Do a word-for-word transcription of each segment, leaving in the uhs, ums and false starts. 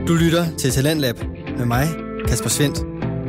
Du lytter til Talentlab med mig, Kasper Svendt.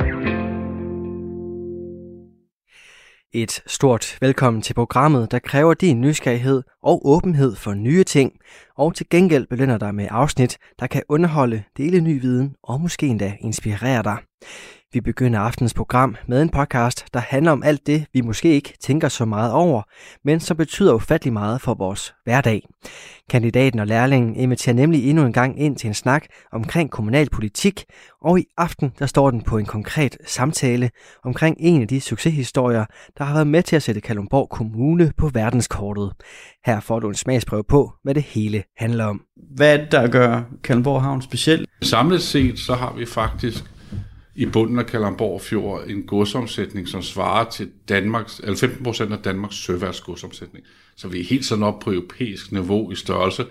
Et stort velkommen til programmet, der kræver din nysgerrighed og åbenhed for nye ting, og til gengæld belønner dig med afsnit, der kan underholde, dele ny viden og måske endda inspirere dig. Vi begynder aftens program med en podcast, der handler om alt det, vi måske ikke tænker så meget over, men som betyder ufattelig meget for vores hverdag. Kandidaten og lærlingen inviterer nemlig endnu en gang ind til en snak omkring kommunalpolitik, og i aften der står den på en konkret samtale omkring en af de succeshistorier, der har været med til at sætte Kalundborg Kommune på verdenskortet. Her får du en smagsprøve på, hvad det hele handler om. Hvad er det, der gør Kalundborg Havn speciel? Samlet set så har vi faktisk i bunden af Kalundborg Fjord en godsomsætning, som svarer til Danmarks, eller femten procent af Danmarks søværtsgodsomsætning. Så vi er helt sådan op på europæisk niveau i størrelse.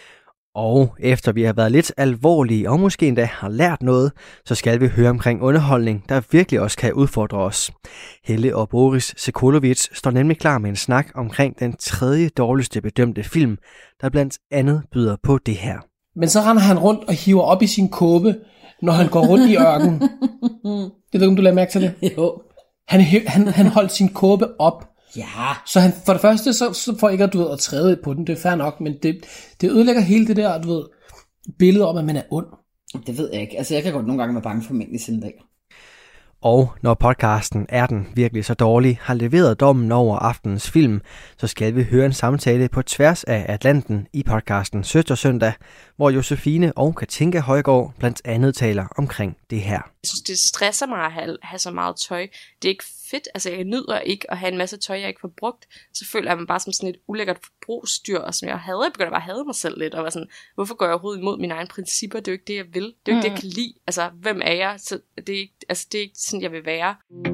Og efter vi har været lidt alvorlige og måske endda har lært noget, så skal vi høre omkring underholdning, der virkelig også kan udfordre os. Helle og Boris Sekulovic står nemlig klar med en snak omkring den tredje dårligste bedømte film, der blandt andet byder på det her. Men så render han rundt og hiver op i sin kåbe, når han går rundt i ørkenen. Det ved ikke, om du lader mærke til det? Jo. Han, han, han holdt sin kåbe op. Ja. Så han, for det første, så, så får ikke at, du ved, at træde på den, det er fair nok, men det, det ødelægger hele det der, du ved, billede om, at man er ond. Det ved jeg ikke. Altså, jeg kan godt nogle gange være bange for mængde sin dag. Og når podcasten Er den virkelig så dårlig har leveret dommen over aftenens film, så skal vi høre en samtale på tværs af Atlanten i podcasten Søstersøndag, hvor Josefine og Katinka Højgaard blandt andet taler omkring det her. Jeg synes, det stresser mig at have, have så meget tøj. Det er ikke fedt. Altså, jeg nyder ikke at have en masse tøj, jeg ikke får brugt. Så føler jeg mig bare som sådan et ulækkert forbrugsdyr, og som jeg havde. Jeg begynder bare at hade mig selv lidt, og var sådan, hvorfor går jeg overhovedet imod mine egne principper? Det er jo ikke det, jeg vil. Det er jo ikke mm. det, jeg kan lide. Altså, hvem er jeg? Så det er ikke, altså, det er ikke sådan, jeg vil være.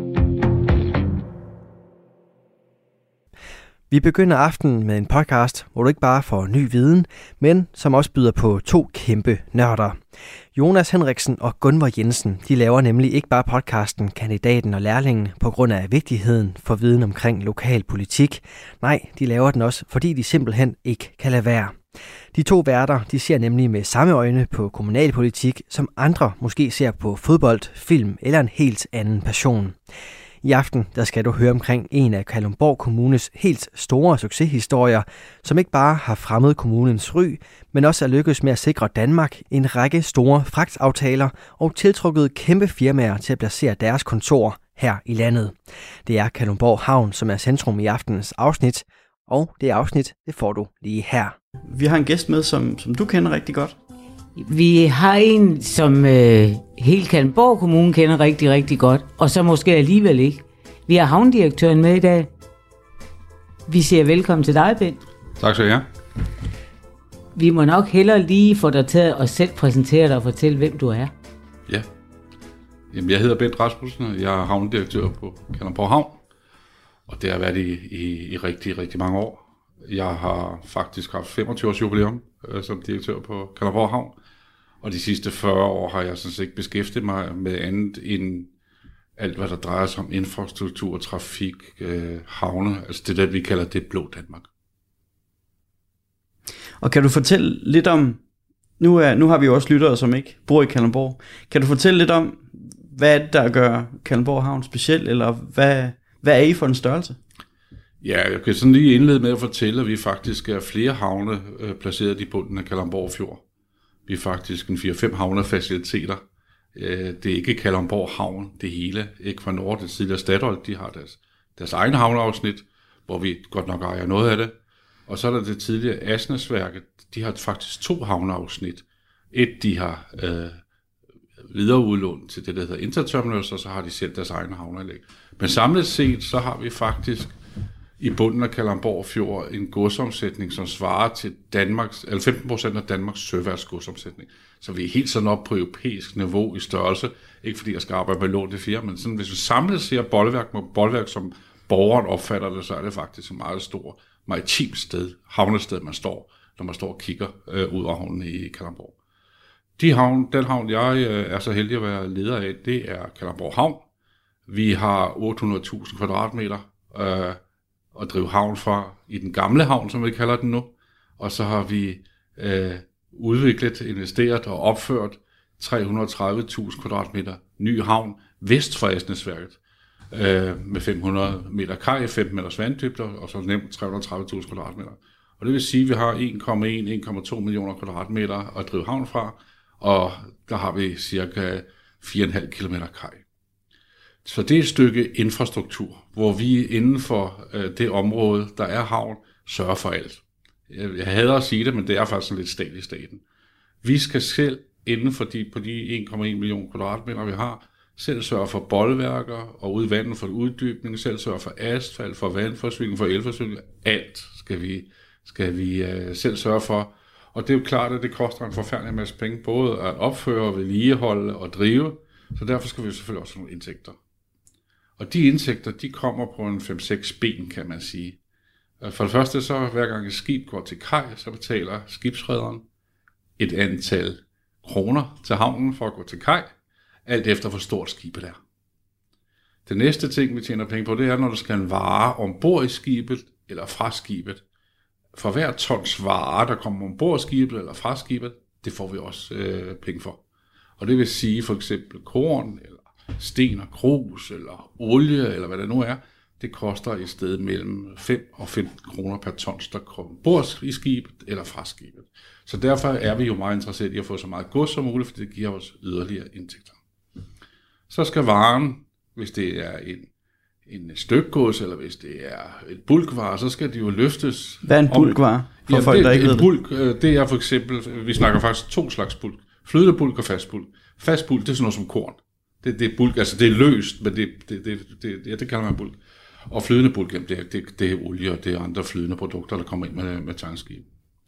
Vi begynder aftenen med en podcast, hvor du ikke bare får ny viden, men som også byder på to kæmpe nørder. Jonas Henriksen og Gunvor Jensen, de laver nemlig ikke bare podcasten Kandidaten og Lærlingen på grund af vigtigheden for viden omkring lokal politik. Nej, de laver den også, fordi de simpelthen ikke kan lade være. De to værter, de ser nemlig med samme øjne på kommunalpolitik, som andre måske ser på fodbold, film eller en helt anden passion. I aften der skal du høre omkring en af Kalundborg Kommunes helt store succeshistorier, som ikke bare har fremmet kommunens ry, men også er lykkedes med at sikre Danmark en række store fragtaftaler og tiltrukket kæmpe firmaer til at placere deres kontor her i landet. Det er Kalundborg Havn, som er centrum i aftenens afsnit, og det afsnit det får du lige her. Vi har en gæst med, som, som du kender rigtig godt. Vi har en, som øh, hele Kalundborg Kommune kender rigtig, rigtig godt, og så måske alligevel ikke. Vi har havndirektøren med i dag. Vi siger velkommen til dig, Bent. Tak skal I have. Vi må nok hellere lige få dig til at selv præsentere dig og fortælle, hvem du er. Ja. Jamen, jeg hedder Bent Rasmussen, og jeg er havndirektør på Kalundborg Havn, og det har været i, i, i rigtig, rigtig mange år. Jeg har faktisk haft femogtyve års jubilæum øh, som direktør på Kalundborg Havn, og de sidste fyrre år har jeg sådan set ikke beskæftiget mig med andet end alt, hvad der drejer sig om infrastruktur, trafik, øh, havne, altså det der, vi kalder det blå Danmark. Og kan du fortælle lidt om, nu, er, nu har vi jo også lyttere, som ikke bor i Kalundborg, kan du fortælle lidt om, hvad er det, der gør Kalundborg Havn speciel, eller hvad, hvad er I for en størrelse? Ja, jeg kan sådan lige indlede med at fortælle, at vi faktisk er flere havne øh, placeret i bunden af Kalundborg Fjord. Vi er faktisk en fire fem havnefaciliteter. Øh, det er ikke Kalundborg Havn, det hele. Ikke fra Nord, det tidligere Statoil, de har deres, deres egen havneafsnit, hvor vi godt nok ejer noget af det. Og så er der det tidligere Asnæsværket, de har faktisk to havneafsnit. Et, de har øh, videreudlånt til det, der hedder Interterminals, og så har de selv deres egen havneanlæg. Men samlet set, så har vi faktisk i bunden af Kalundborg Fjord en godsomsætning, som svarer til Danmarks, eller femten procent af Danmarks søværtsgodsomsætning. Så vi er helt sådan op på europæisk niveau i størrelse. Ikke fordi jeg skal arbejde med lån til fire, men sådan, hvis vi samlet ser boldværk med boldværk, som borgeren opfatter det, så er det faktisk et meget stort maritimt sted, havnested, man står, når man står og kigger øh, ud af havnen i Kalundborg. De havn, den havn, jeg øh, er så heldig at være leder af, det er Kalundborg Havn. Vi har otte hundrede tusind kvadratmeter øh, at drive havn fra i den gamle havn, som vi kalder den nu. Og så har vi øh, udviklet, investeret og opført tre hundrede og tredive tusind kvadratmeter ny havn vest for Asnæsværket, øh, med fem hundrede meter kaj, femten meters vanddybder, og så nemt tre hundrede og tredive tusind kvadratmeter. Og det vil sige, at vi har en komma en til en komma to millioner kvadratmeter at drive havn fra, og der har vi cirka fire komma fem kilometer kaj. Så det er et stykke infrastruktur, hvor vi inden for øh, det område, der er havn, sørger for alt. Jeg, jeg hader at sige det, men det er faktisk lidt stat i staten. Vi skal selv inden for de, på de en komma en million kvadratmeter, vi har, selv sørge for boldværker og ude i vandet for uddybning, selv sørge for asfalt, for vandforsyning, for elforsyning. Alt skal vi, skal vi uh, selv sørge for. Og det er jo klart, at det koster en forfærdelig masse penge, både at opføre, vedligeholde og drive. Så derfor skal vi selvfølgelig også have nogle indtægter. Og de indtægter, de kommer på en fem seks ben, kan man sige. For det første, så hver gang et skib går til kaj, så betaler skibsrederen et antal kroner til havnen for at gå til kaj, alt efter hvor stort skibet er. Det næste ting, vi tjener penge på, det er, når der skal en vare ombord i skibet eller fra skibet. For hver tons vare, der kommer ombord i skibet eller fra skibet, det får vi også øh, penge for. Og det vil sige for eksempel korn, eller sten og grus, eller olie, eller hvad det nu er, det koster i stedet mellem fem og femten kroner per tons, der kommer ombord i skibet eller fra skibet. Så derfor er vi jo meget interesseret i at få så meget gods som muligt, for det giver os yderligere indtægter. Så skal varen, hvis det er en, en stykgods, eller hvis det er et bulkvare, så skal det jo løftes. Hvad er en bulkvare? For Jamen, folk, det, der ikke ved bulk, det er for eksempel, vi snakker faktisk to slags bulk. Flydende bulk og fast bulk. Fast bulk, det er sådan noget som korn. Det, det er bulk, altså det er løst, men det, det, det, det, ja, det kalder man bulk. Og flydende bulk, jamen det, er, det, det er olie, og det er andre flydende produkter, der kommer ind med, med tankskib.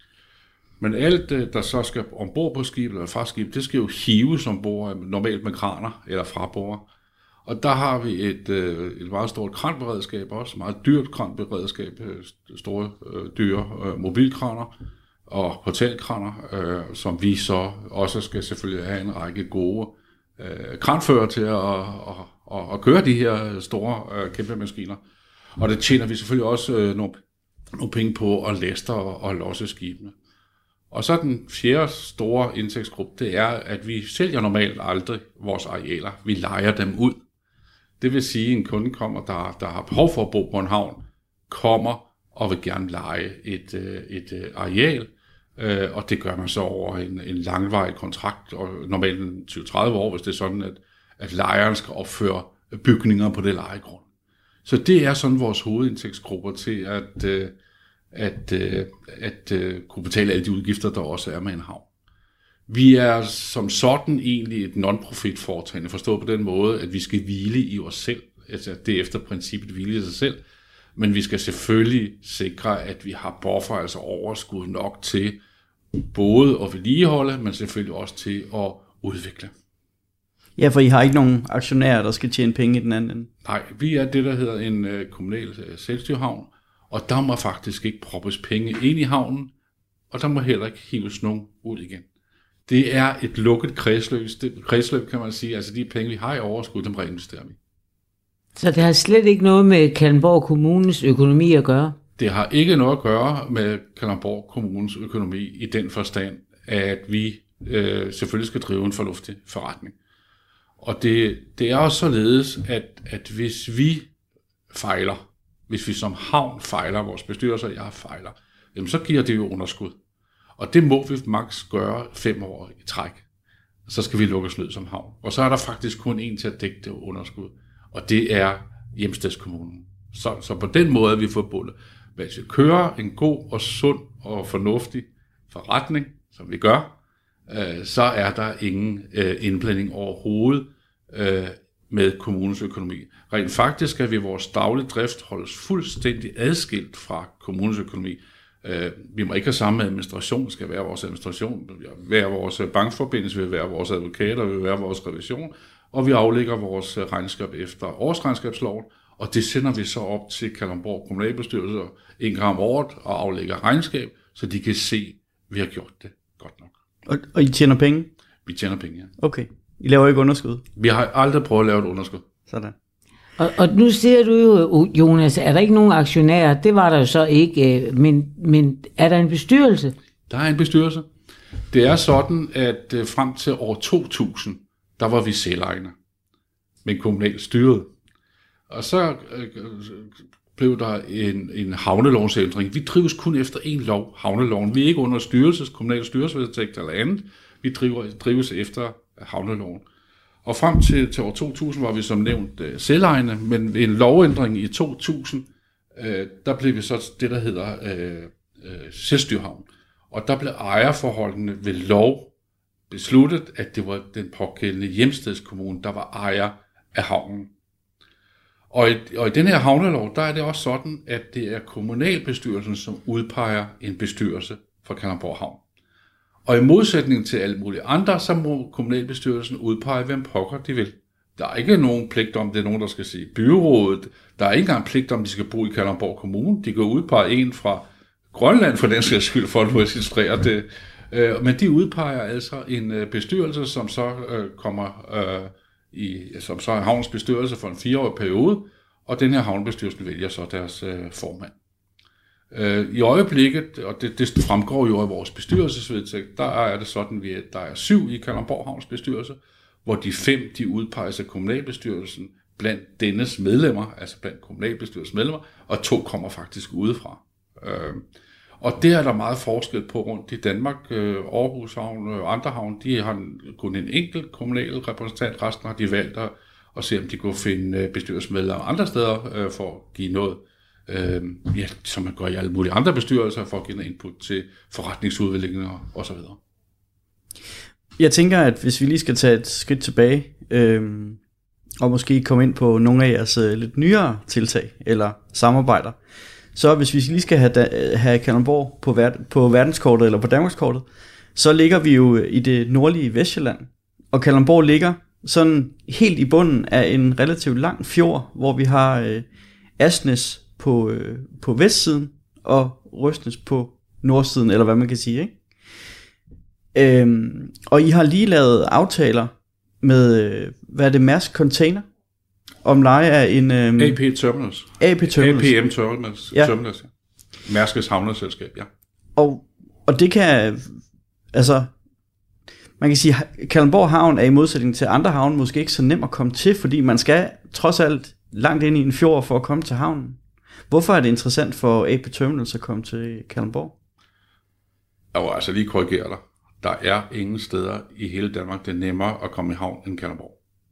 Men alt, der så skal ombord på skibet eller fra skibet, det skal jo hives ombord, normalt med kraner eller fra bord. Og der har vi et, et meget stort kranberedskab også, meget dyrt kranberedskab, store dyre mobilkraner og portalkraner, øh, som vi så også skal selvfølgelig have en række gode øh, kranfører til at, at, at, at køre de her store øh, kæmpe maskiner. Og det tjener vi selvfølgelig også øh, nogle, nogle penge på at læste og, og losse skibene. Og så den fjerde store indtægtsgruppe, det er, at vi sælger normalt aldrig vores arealer. Vi lejer dem ud. Det vil sige, at en kunde kommer, der, der har behov for at bo på en havn, kommer og vil gerne leje et, et, et areal. Og det gør man så over en, en langvarig kontrakt, og normalt tyve til tredive år, hvis det er sådan, at, at lejeren skal opføre bygninger på det lejegrund. Så det er sådan vores hovedindtægtsgrupper til at, at, at, at, at kunne betale alle de udgifter, der også er med en havn. Vi er som sådan egentlig et non-profit foretagende, forstået på den måde, at vi skal hvile i os selv, altså det er efter princippet hvile i sig selv, men vi skal selvfølgelig sikre, at vi har buffer, altså overskud nok til både at vedligeholde, men selvfølgelig også til at udvikle. Ja, for I har ikke nogen aktionærer, der skal tjene penge i den anden ende. Nej, vi er det, der hedder en uh, kommunal uh, selvstyrehavn, og der må faktisk ikke proppes penge ind i havnen, og der må heller ikke hives nogen ud igen. Det er et lukket kredsløb, kredsløb kan man sige. Altså de penge, vi har i overskud, dem reinvesterer vi. Så det har slet ikke noget med Kalundborg Kommunes økonomi at gøre? Det har ikke noget at gøre med Kalundborg Kommunes økonomi i den forstand, at vi øh, selvfølgelig skal drive en fornuftig forretning. Og det, det er også således, at, at hvis vi fejler, hvis vi som havn fejler, vores bestyrelser, jeg fejler, jamen så giver det jo underskud. Og det må vi maks gøre fem år i træk. Så skal vi lukke os ned som havn. Og så er der faktisk kun en til at dække det underskud. Og det er hjemstedskommunen. Så, så på den måde er vi forbundet. Hvis vi kører en god og sund og fornuftig forretning, som vi gør, øh, så er der ingen øh, indblanding overhovedet øh, med kommunens økonomi. Rent faktisk skal vi vores daglige drift holdes fuldstændig adskilt fra kommunens økonomi. Vi må ikke have samme administration, skal være vores administration, være vores bankforbindelse, vil være vores advokater, vil være vores revision, og vi aflægger vores regnskab efter årsregnskabsloven, og det sender vi så op til Kalundborg Kommunalbestyrelse en gang om året og aflægger regnskab, så de kan se, at vi har gjort det godt nok. Og, og I tjener penge? Vi tjener penge, ja. Okay. I laver ikke underskud? Vi har aldrig prøvet at lave et underskud. Sådan. Og, og nu siger du jo, Jonas, er der ikke nogen aktionærer? Det var der jo så ikke, men, men er der en bestyrelse? Der er en bestyrelse. det er sådan, at øh, frem til år to tusind, der var vi selvejende med kommunalt styret. Og så øh, blev der en, en havnelovsændring. Vi drives kun efter en lov, havneloven. Vi er ikke under styrelses, kommunale styrelsesvedtægt eller andet. Vi driver, drives efter havneloven. Og frem til, til år to tusind var vi som nævnt øh, selvejende, men ved en lovændring i to tusind, øh, der blev vi så det, der hedder øh, øh, selvstyrhavn. Og der blev ejerforholdene ved lov besluttet, at det var den pågældende hjemstedskommune, der var ejer af havnen. Og i, og i den her havnelov, der er det også sådan, at det er kommunalbestyrelsen, som udpeger en bestyrelse for Kalundborg Havn. Og i modsætning til alle mulige andre, så må kommunalbestyrelsen udpege, hvem pokker de vil. Der er ikke nogen pligt om, det er nogen, der skal sige byrådet. Der er ikke engang pligt om, de skal bo i Kalundborg Kommune. De kan udpege en fra Grønland for den sags skyld, for at nu administrere det. Men de udpeger altså en bestyrelse, som så kommer i, som så er havns bestyrelse for en fireårig periode, og den her havnebestyrelse vælger så deres formand. I øjeblikket, og det, det fremgår jo af vores bestyrelsesvedtægt, der er det sådan, at der er syv i Kalundborg Havns bestyrelse, hvor de fem, de udpeges af kommunalbestyrelsen blandt dennes medlemmer, altså blandt kommunalbestyrelsens medlemmer, og to kommer faktisk udefra. Og det er der meget forskel på rundt i Danmark. Aarhus Havn og andre havn, de har kun en enkelt kommunal repræsentant, resten har de valgt at, at se, om de kunne finde bestyrelsesmedlemmer andre steder for at give noget, Øh, ja, som man gør i alle mulige andre bestyrelser, for at give noget input til forretningsudvikling og så videre. Jeg tænker, at hvis vi lige skal tage et skridt tilbage, øh, og måske komme ind på nogle af jeres øh, lidt nyere tiltag, eller samarbejder, så hvis vi lige skal have, da, have Kalundborg på, ver, på verdenskortet, eller på Danmarkskortet, så ligger vi jo i det nordlige Vestjylland, og Kalundborg ligger sådan helt i bunden af en relativt lang fjord, hvor vi har øh, Asnes på, øh, på vestsiden, og Røsnes på nordsiden, eller hvad man kan sige, ikke? Øhm, og I har lige lavet aftaler med, øh, hvad er det, Mærsk Container, om leje af en... Øh, A P Terminals. A P Terminals. A P M Terminals, ja. Terminals, ja. Mærskes havneselskab, ja. Og, og det kan, altså, man kan sige, Kalundborg Havn er i modsætning til andre havne måske ikke så nem at komme til, fordi man skal trods alt langt ind i en fjord for at komme til havnen. Hvorfor er det interessant for A P Terminals at komme til Kalundborg? Jeg vil altså lige korrigere dig. Der er ingen steder i hele Danmark, det er nemmere at komme i havn end Kalundborg.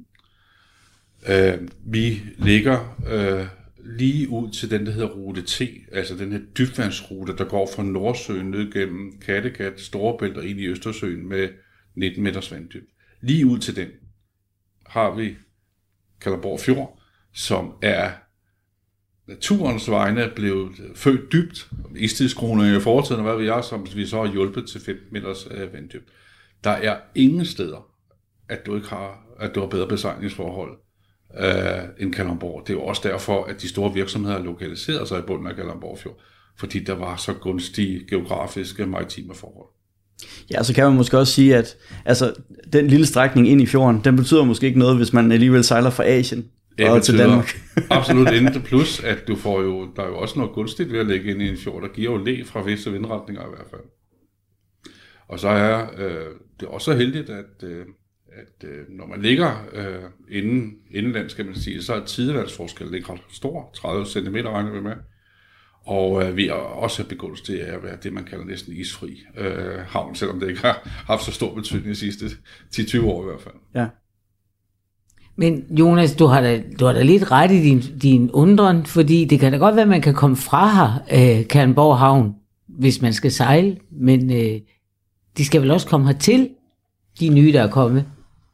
Uh, vi ligger uh, lige ud til den, der hedder Rute T, altså den her dybvandsrute, der går fra Nordsøen ned gennem Kattegat, Storebælt og ind i Østersøen med nitten meters vanddyb. Lige ud til den har vi Kalundborg Fjord, som er naturens vegne blevet født dybt. Istidsskruninger i fortiden, og hvad ved jeg, som vi så har hjulpet til femten meters øh, vanddyb. Der er ingen steder, at du ikke har, at du har bedre besejlingsforhold øh, end Kalundborg. Det er jo også derfor, at de store virksomheder lokaliserede sig i bunden af Kalundborg Fjord, fordi der var så gunstige geografiske maritime forhold. Ja, så kan man måske også sige, at altså, den lille strækning ind i fjorden, den betyder måske ikke noget, hvis man alligevel sejler fra Asien og til Danmark. Absolut intet, plus at du får jo, der er jo også noget gunstigt ved at ligge ind i en fjord, der giver jo læ fra visse vindretninger i hvert fald. Og så er øh, det også heldigt, at, øh, at øh, når man ligger øh, inden, indenland, skal man sige, så er tidevandsforskellen ikke ret stor, tredive centimeter regner vi med. Og øh, vi er også begunstiget af at være det, man kalder næsten isfri øh, havn, selvom det ikke har haft så stor betydning de sidste ti til tyve år i hvert fald. Ja. Men Jonas, du har da, du har da lidt ret i din, din undren, fordi det kan da godt være, at man kan komme fra her, øh, Kalundborg Havn, hvis man skal sejle, men øh, de skal vel også komme hertil, de nye, der er kommet.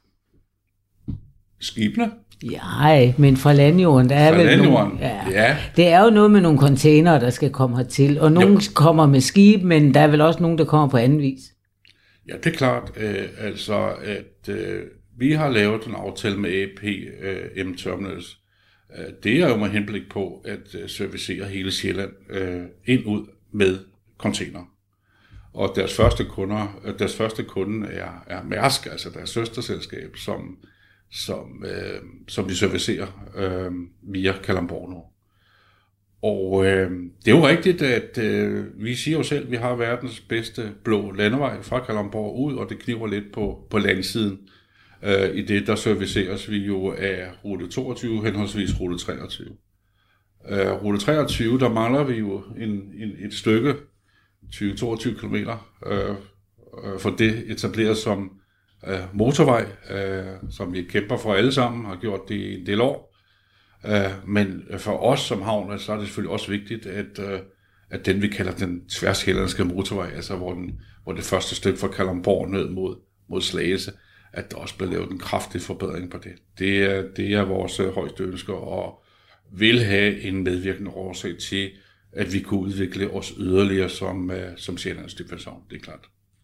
Skibene? Ja, men fra landjorden, der er fra vel landjorden. nogle, ja, ja. Det er jo noget med nogle containere, der skal komme hertil, og nogle jo. kommer med skib, men der er vel også nogen, der kommer på anden vis. Ja, det er klart, øh, altså at øh, vi har lavet en aftale med A P øh, M Terminals. Øh, det er jo med henblik på at øh, servicere hele Sjælland øh, ind ud med container. Og deres første kunder, deres første kunde er, er Mærsk, altså deres søsterselskab, som som, øh, som vi servicerer øh, via Kalundborg nu. Og øh, det er jo rigtigt, at øh, vi siger jo selv, at vi har verdens bedste blå landevej fra Kalundborg ud, og det kniver lidt på, på landsiden. Øh, I det, der serviceres vi jo af rute toogtyve, henholdsvis rute treogtyve. Øh, rute treogtyve, der mangler vi jo en, en, et stykke, tyve til toogtyve kilometer, øh, øh, for det etableret som øh, motorvej, øh, som vi kæmper for alle sammen, har gjort det i en del år. Øh, men for os som havn, så er det selvfølgelig også vigtigt, at, øh, at den vi kalder den tværsjællandske motorvej, altså hvor, den, hvor det første stykke fra Kalundborg ned mod, mod Slagelse, at der også bliver lavet en kraftig forbedring på det. Det er, det er vores øh, højeste ønsker, og vil have en medvirkende årsag til, at vi kunne udvikle os yderligere som, øh, som Sjællands Dybvandshavn, det er klart.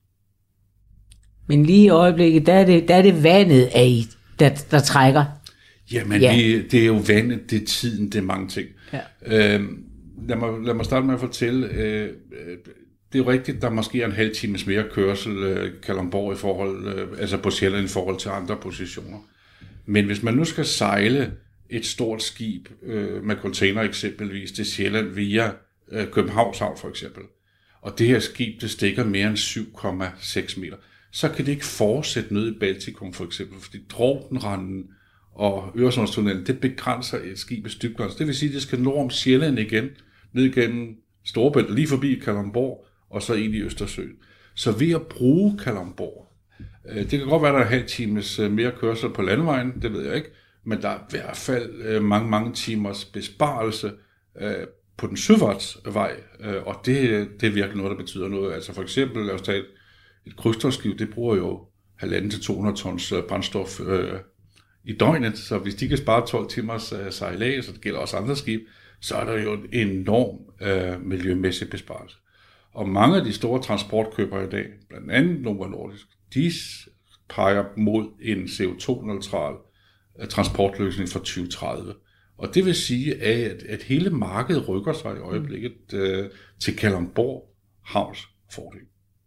Men lige i øjeblikket, der er det, der er det vandet af I, der, der trækker. Jamen, ja. vi, det er jo vandet, det er tiden, det er mange ting. Ja. Øhm, lad, mig, lad mig starte med at fortælle, øh, det er jo rigtigt, der måske er en halv times mere kørsel øh, Kalundborg i forhold, øh, altså på Sjælland i forhold til andre positioner. Men hvis man nu skal sejle et stort skib øh, med container eksempelvis til Sjælland via øh, Københavns Havn for eksempel, og det her skib, det stikker mere end syv komma seks meter, så kan det ikke fortsætte ned i Baltikum for eksempel, fordi Drautenranden og Øresundstunnelen, det begrænser et skibets dybgrænse. Det vil sige, at det skal nå om Sjælland igen, ned igennem Storebælt, lige forbi Kalundborg, og så ind i Østersøen. Så ved at bruge Kalundborg, det kan godt være, at der er en halv times mere kørsel på landevejen, det ved jeg ikke, men der er i hvert fald mange, mange timers besparelse på den søfartsvej, og det, det er virkelig noget, der betyder noget. Altså for eksempel, lad os tage et, et krydstogtskib, det bruger jo halvanden til to hundrede tons brændstof øh, i døgnet, så hvis de kan spare tolv timers øh, sejlads, så det gælder også andre skib, så er der jo en enorm øh, miljømæssig besparelse. Og mange af de store transportkøbere i dag, blandt andet Novo Nordisk, de peger mod en C O to neutral øh, transportløsning for tyve tredive. Og det vil sige, at, at hele markedet rykker sig i øjeblikket øh, til Kalundborg Havns fordel.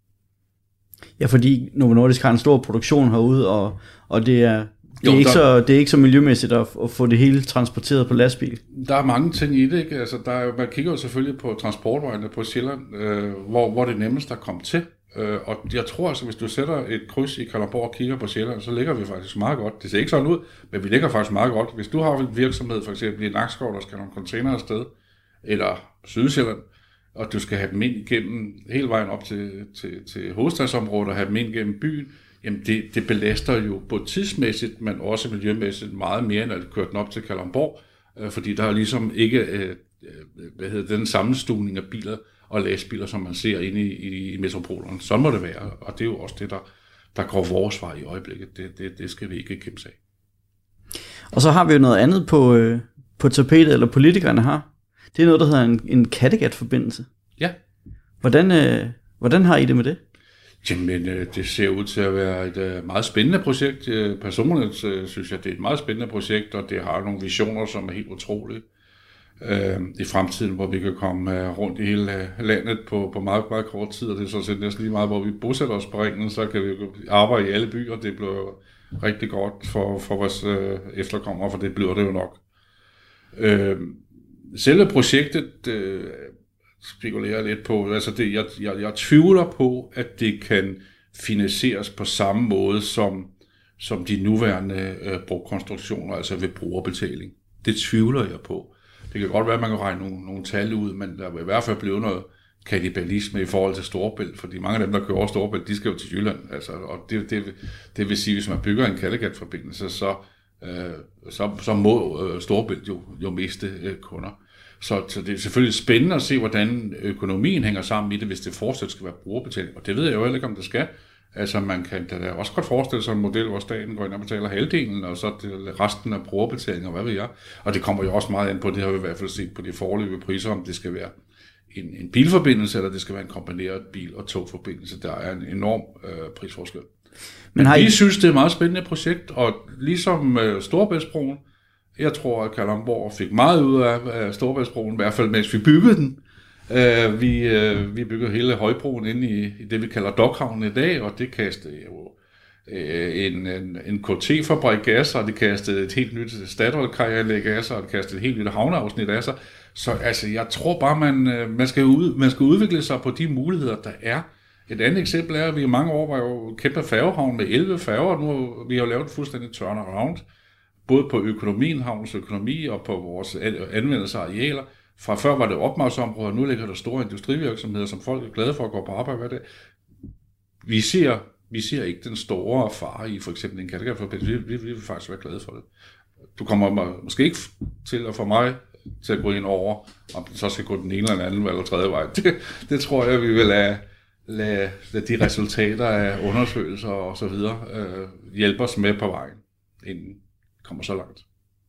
Ja, fordi Novo Nordisk har en stor produktion herude, og, og det er... Det er, jo, ikke der, så, det er ikke så miljømæssigt at, at få det hele transporteret på lastbil. Der er mange ting i det, ikke? Altså, der er, man kigger jo selvfølgelig på transportvejene på Sjælland, øh, hvor, hvor det er nemmest at komme til. Øh, og jeg tror altså, hvis du sætter et kryds i Kalundborg og kigger på Sjælland, så ligger vi faktisk meget godt. Det ser ikke sådan ud, men vi ligger faktisk meget godt. Hvis du har en virksomhed, for eksempel i Nakskov, der skal nogle container afsted, eller Sydsjælland, og du skal have dem ind igennem hele vejen op til, til, til hovedstadsområdet og have dem ind igennem byen, jamen det, det belaster jo både tidsmæssigt, men også miljømæssigt meget mere, end at køre den op til Kalundborg, øh, fordi der er ligesom ikke øh, hvad hedder, den sammenstuvning af biler og lastbiler, som man ser inde i, i, i metropolerne. Sådan må det være, og det er jo også det, der, der går vores vej i øjeblikket. Det, det, det skal vi ikke kæmpe sig af. Og så har vi jo noget andet på, øh, på tapetet, eller politikerne har. Det er noget, der hedder en, en Kattegat-forbindelse. Ja. Hvordan, øh, hvordan har I det med det? Jamen, det ser ud til at være et meget spændende projekt. Personligt synes jeg, det er et meget spændende projekt, og det har nogle visioner, som er helt utrolige. I fremtiden, hvor vi kan komme rundt i hele landet på, på meget, meget kort tid, og det er sådan set næsten lige meget, hvor vi bosætter os på ringen, så kan vi arbejde i alle byer. Det bliver rigtig godt for, for vores efterkommere, for det bliver det jo nok. Selve projektet øh, spekulerer lidt på, altså det, jeg, jeg, jeg tvivler på, at det kan finansieres på samme måde som, som de nuværende øh, brugkonstruktioner, altså ved brugerbetaling. Det tvivler jeg på. Det kan godt være, at man kan regne nogle, nogle tal ud, men der vil i hvert fald blive noget kannibalisme i forhold til Storebælt, fordi mange af dem, der kører over Storebælt, de skal jo til Jylland. Altså, og det, det, det vil sige, hvis man bygger en Kattegat-forbindelse, så Øh, så, så må øh, Storebælt jo, jo miste øh, kunder. Så, så det er selvfølgelig spændende at se, hvordan økonomien hænger sammen i det, hvis det fortsat skal være brugerbetaling. Og det ved jeg jo heller ikke, om det skal. Altså man kan da også godt forestille sig en model, hvor staten går ind og betaler halvdelen, og så resten af brugerbetaling, og hvad ved jeg. Og det kommer jo også meget ind på, det har vi i hvert fald set på de foreløbige priser, om det skal være en, en bilforbindelse, eller det skal være en kombineret bil- og togforbindelse. Der er en enorm øh, prisforskel. Men har I... Vi synes, det er et meget spændende projekt, og ligesom øh, Storebæltsbroen, jeg tror, at Kalundborg fik meget ud af, af Storebæltsbroen, i hvert fald mens vi byggede den. Uh, vi, uh, vi byggede hele Højbroen inde i, i det, vi kalder Dokhavnen i dag, og det kastede jo uh, en, en, en K T-fabrik af sig, og det kastede et helt nyt Statoil-kajanlæg af sig, og det kastede et helt nyt havneafsnit af sig. Så altså, jeg tror bare, man, man, skal ud, man skal udvikle sig på de muligheder, der er. Et andet eksempel er, at vi i mange år var jo kæmpe færgehavn med elleve færger. Nu vi har lavet fuldstændig turnaround, både på økonomien, havnens økonomi og på vores anvendelse af arealer. Fra før var det opmarkedsområder, nu ligger der store industrivirksomheder, som folk er glade for at gå på arbejde med det. Vi ser, vi ser ikke den store fare i for eksempel en Kattegat-forbindelse. Vi, vi, vi vil faktisk være glade for det. Du kommer måske ikke til at få mig til at gå ind over, om den så skal gå den ene eller den anden eller tredje vej. Det, det tror jeg, vi vil lade, lade, lade de resultater af undersøgelser og så videre øh, hjælpe os med på vejen, inden det kommer så langt.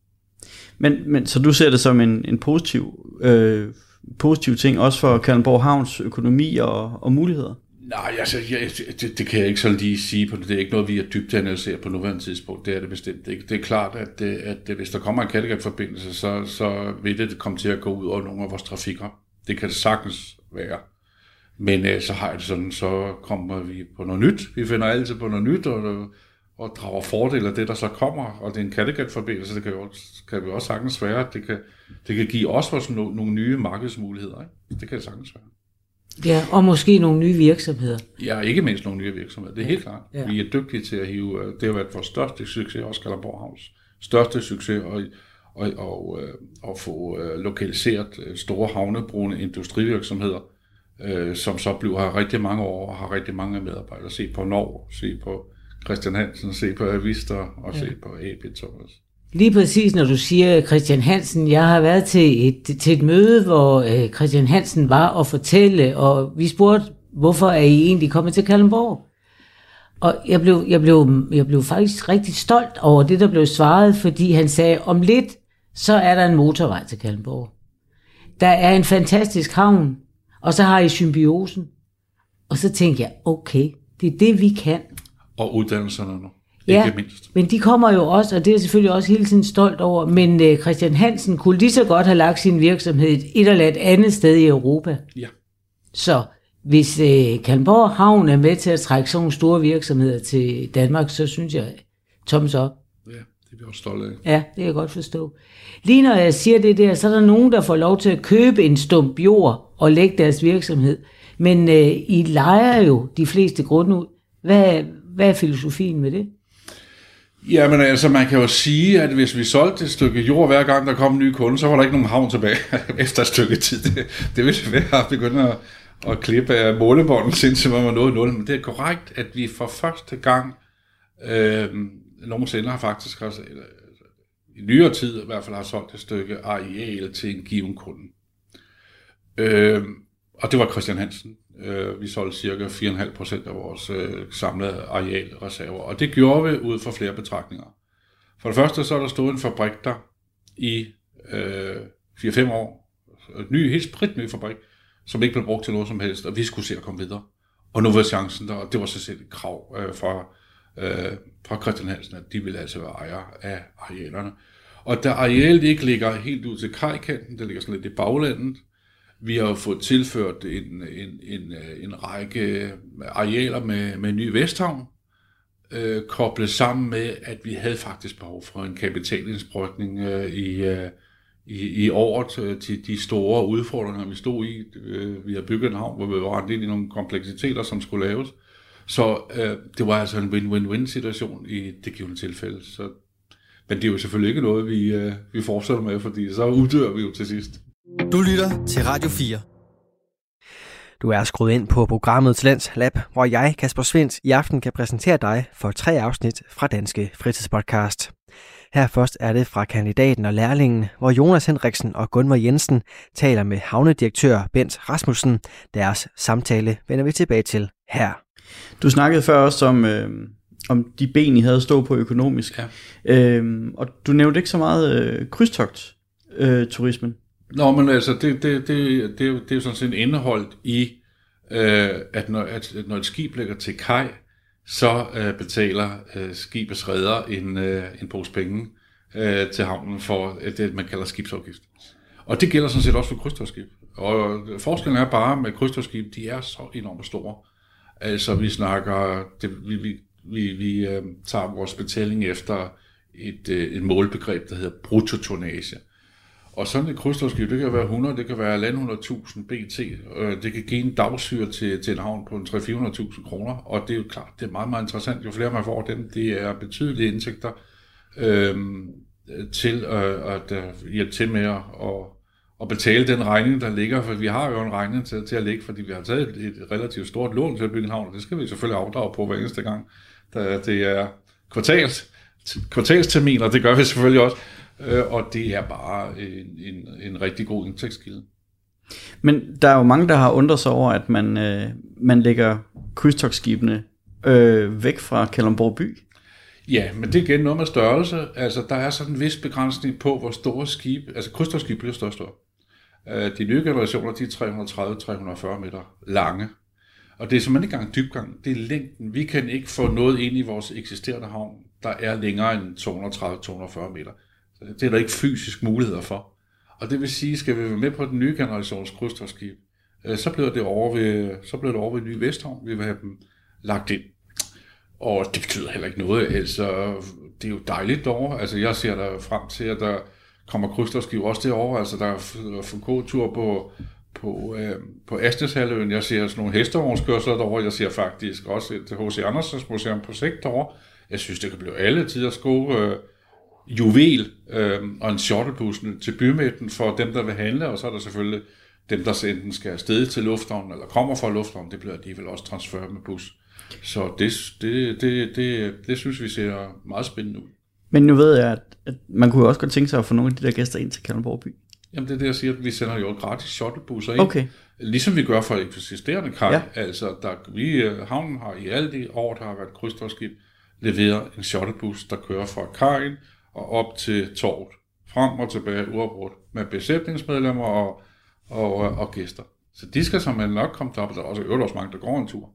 Men, men så du ser det som en, en positiv, øh, positiv ting, også for Kalundborg Havns økonomi og, og muligheder? Nej, altså, jeg, det, det kan jeg ikke så lige sige på det. Det er ikke noget, vi er dybt analyserer på nuværende tidspunkt. Det er det bestemt ikke. Det er klart, at, at hvis der kommer en Kattegat-forbindelse, så, så vil det komme til at gå ud over nogle af vores trafikker. Det kan det sagtens være. Men øh, så har jeg det sådan, så kommer vi på noget nyt. Vi finder altid på noget nyt, og, og drager fordel af det, der så kommer. Og det er en Kattegat-forbindelse, det kan, jo, kan vi også sagtens være. Det kan, det kan give os også nogle, nogle nye markedsmuligheder. Ikke? Det kan det sagtens være. Ja, og måske nogle nye virksomheder. Ja, ikke mindst nogle nye virksomheder. Det er helt klart. Ja. Vi er dygtige til at hive. Det har været vores største succes, også Kalundborg Havns største succes, og, og, og, og få lokaliseret store havnebrugende industrivirksomheder, øh, som så bliver her rigtig mange år og har rigtig mange medarbejdere. Se på Norge, se på Christian Hansen, se på Avista og ja. se på A P Thomas. Lige præcis, når du siger Christian Hansen, jeg har været til et, til et møde, hvor øh, Christian Hansen var og fortælle, og vi spurgte, hvorfor er I egentlig kommet til Kalundborg? Og jeg blev, jeg, blev, jeg blev faktisk rigtig stolt over det, der blev svaret, fordi han sagde, om lidt, så er der en motorvej til Kalundborg. Der er en fantastisk havn, og så har I symbiosen. Og så tænkte jeg, okay, det er det, vi kan. Og uddannelserne nu. Ja, men de kommer jo også, og det er jeg selvfølgelig også hele tiden stolt over, men øh, Christian Hansen kunne lige så godt have lagt sin virksomhed et eller et andet sted i Europa. Ja. Så hvis øh, Kalundborg Havn er med til at trække sådan nogle store virksomheder til Danmark, så synes jeg, thumbs up. Ja, det er vi også stolte af. Ja, det kan jeg godt forstå. Lige når jeg siger det der, så er der nogen, der får lov til at købe en stump jord og lægge deres virksomhed. Men øh, I lejer jo de fleste grunde ud. Hvad, hvad er filosofien med det? Jamen altså, man kan jo sige, at hvis vi solgte et stykke jord hver gang, der kom en ny kunde, så var der ikke nogen havn tilbage efter et stykke tid. Det, det ville være at begynde at, at klippe af målebånden, indtil man var nået nul. Men det er korrekt, at vi for første gang øh, nogensinde har faktisk, altså, i nyere tid i hvert fald, har solgt et stykke areal til en given kunde. Øh, og det var Christian Hansen. Vi solgte cirka fire komma fem procent af vores øh, samlede arealreserver, og det gjorde vi ud fra flere betragtninger. For det første så er der stået en fabrik der i øh, fire til fem år, en ny, helt spritny fabrik, som ikke blev brugt til noget som helst, og vi skulle se at komme videre. Og nu var chancen der, og det var så selv et krav øh, fra, øh, fra Christian Hansen, at de ville altså være ejere af arealerne. Og da arealet ikke ligger helt ud til kajkanten, det ligger sådan lidt i baglandet, vi har jo fået tilført en, en, en, en række arealer med, med ny Vesthavn, øh, koblet sammen med, at vi havde faktisk behov for en kapitalindsprøjtning øh, i, øh, i, i året til, til de store udfordringer, vi stod i. Øh, vi har bygget en havn, hvor vi var ind i nogle kompleksiteter, som skulle laves. Så øh, det var altså en win-win-win situation i det givne tilfælde. Så, men det er jo selvfølgelig ikke noget, vi, øh, vi fortsætter med, fordi så uddør vi jo til sidst. Du lytter til Radio fire. Du er skruet ind på programmet Talents Lab, hvor jeg, Kasper Svindt, i aften kan præsentere dig for tre afsnit fra Danske Fritidspodcast. Her først er det fra kandidaten og lærlingen, hvor Jonas Henriksen og Gunvor Jensen taler med havnedirektør Bent Rasmussen. Deres samtale vender vi tilbage til her. Du snakkede før også om, øh, om de ben, I havde stå på økonomisk. Ja. Øh, og du nævnte ikke så meget øh, krydstogt øh, turismen. Nå, men altså, det, det, det, det, det, det er jo sådan set indeholdt i, øh, at, når, at når et skib ligger til kaj, så øh, betaler øh, skibets reder en, øh, en pose penge øh, til havnen for øh, det, man kalder skibsafgift. Og det gælder sådan set også for krydstogtskib. Og forskellen er bare med krydstogtskib, de er så enormt store. Altså, vi snakker, det, vi, vi, vi, vi øh, tager vores betaling efter et, øh, et målbegreb, der hedder bruttotonnage. Og sådan et krydstogtskib, det kan være hundrede, det kan være et hundrede tusind B T. Det kan give en dagsyre til, til en havn på en tre hundrede til fire hundrede tusind kroner. Og det er jo klart, det er meget, meget interessant. Jo flere man får dem, det er betydelige indtægter øhm, til øh, at øh, hjælpe til med at og, og betale den regning, der ligger. For vi har jo en regning til, til at lægge, fordi vi har taget et, et relativt stort lån til at bygge en havn. Og det skal vi selvfølgelig afdrage på hver eneste gang. Det er kvartals, kvartalsterminer, det gør vi selvfølgelig også. Og det er bare en, en, en rigtig god indtægtskilde. Men der er jo mange, der har undret sig over, at man, øh, man lægger krydstogtskibene øh, væk fra Kalundborg by. Ja, men det er igen noget med størrelse. Altså, der er sådan en vis begrænsning på, hvor store skib, altså krydstogtskib bliver større og større. De nye generationer, de er tre hundrede og tredive til tre hundrede og fyrre meter lange. Og det er simpelthen ikke engang dybgang, det er længden. Vi kan ikke få noget ind i vores eksisterende havn, der er længere end to hundrede og tredive til to hundrede og fyrre meter. Det er der ikke fysisk muligheder for. Og det vil sige, skal vi være med på den nye generations krydstogtskib, så bliver det over ved, så bliver det over ved Ny Vesthavn. Vi vil have dem lagt ind. Og det betyder heller ikke noget. Altså, det er jo dejligt derovre. Altså, jeg ser der frem til, at der kommer krydstogtskib også derovre. Altså, der er F K-tur på, på, øh, på Asneshalvøen. Jeg ser sådan nogle hestevognskørsler derovre. Jeg ser faktisk også et H C Andersens Museum på sigt derovre. Jeg synes, det kan blive alle tiders gode øh, juvel øh, og en shuttlebus til bymidten for dem, der vil handle. Og så er der selvfølgelig dem, der enten skal afsted til lufthavnen eller kommer fra lufthavnen. Det bliver alligevel også transfer med bus. Så det, det, det, det, det synes vi ser meget spændende ud. Men nu ved jeg, at, at man kunne også godt tænke sig at få nogle af de der gæster ind til Kalundborg by. Jamen det er det, jeg siger, at vi sender jo gratis shuttlebusser ind. Okay. Ligesom vi gør for eksisterende kaj. Ja. Altså, der, vi, havnen har i alle de år, der har været krydstogtskib, leveret en shuttlebus, der kører fra kajen og op til torvet. Frem og tilbage uafbrudt med besætningsmedlemmer og, og, og gæster. Så de skal simpelthen nok komme derop. Der er også, også mange, der går en tur.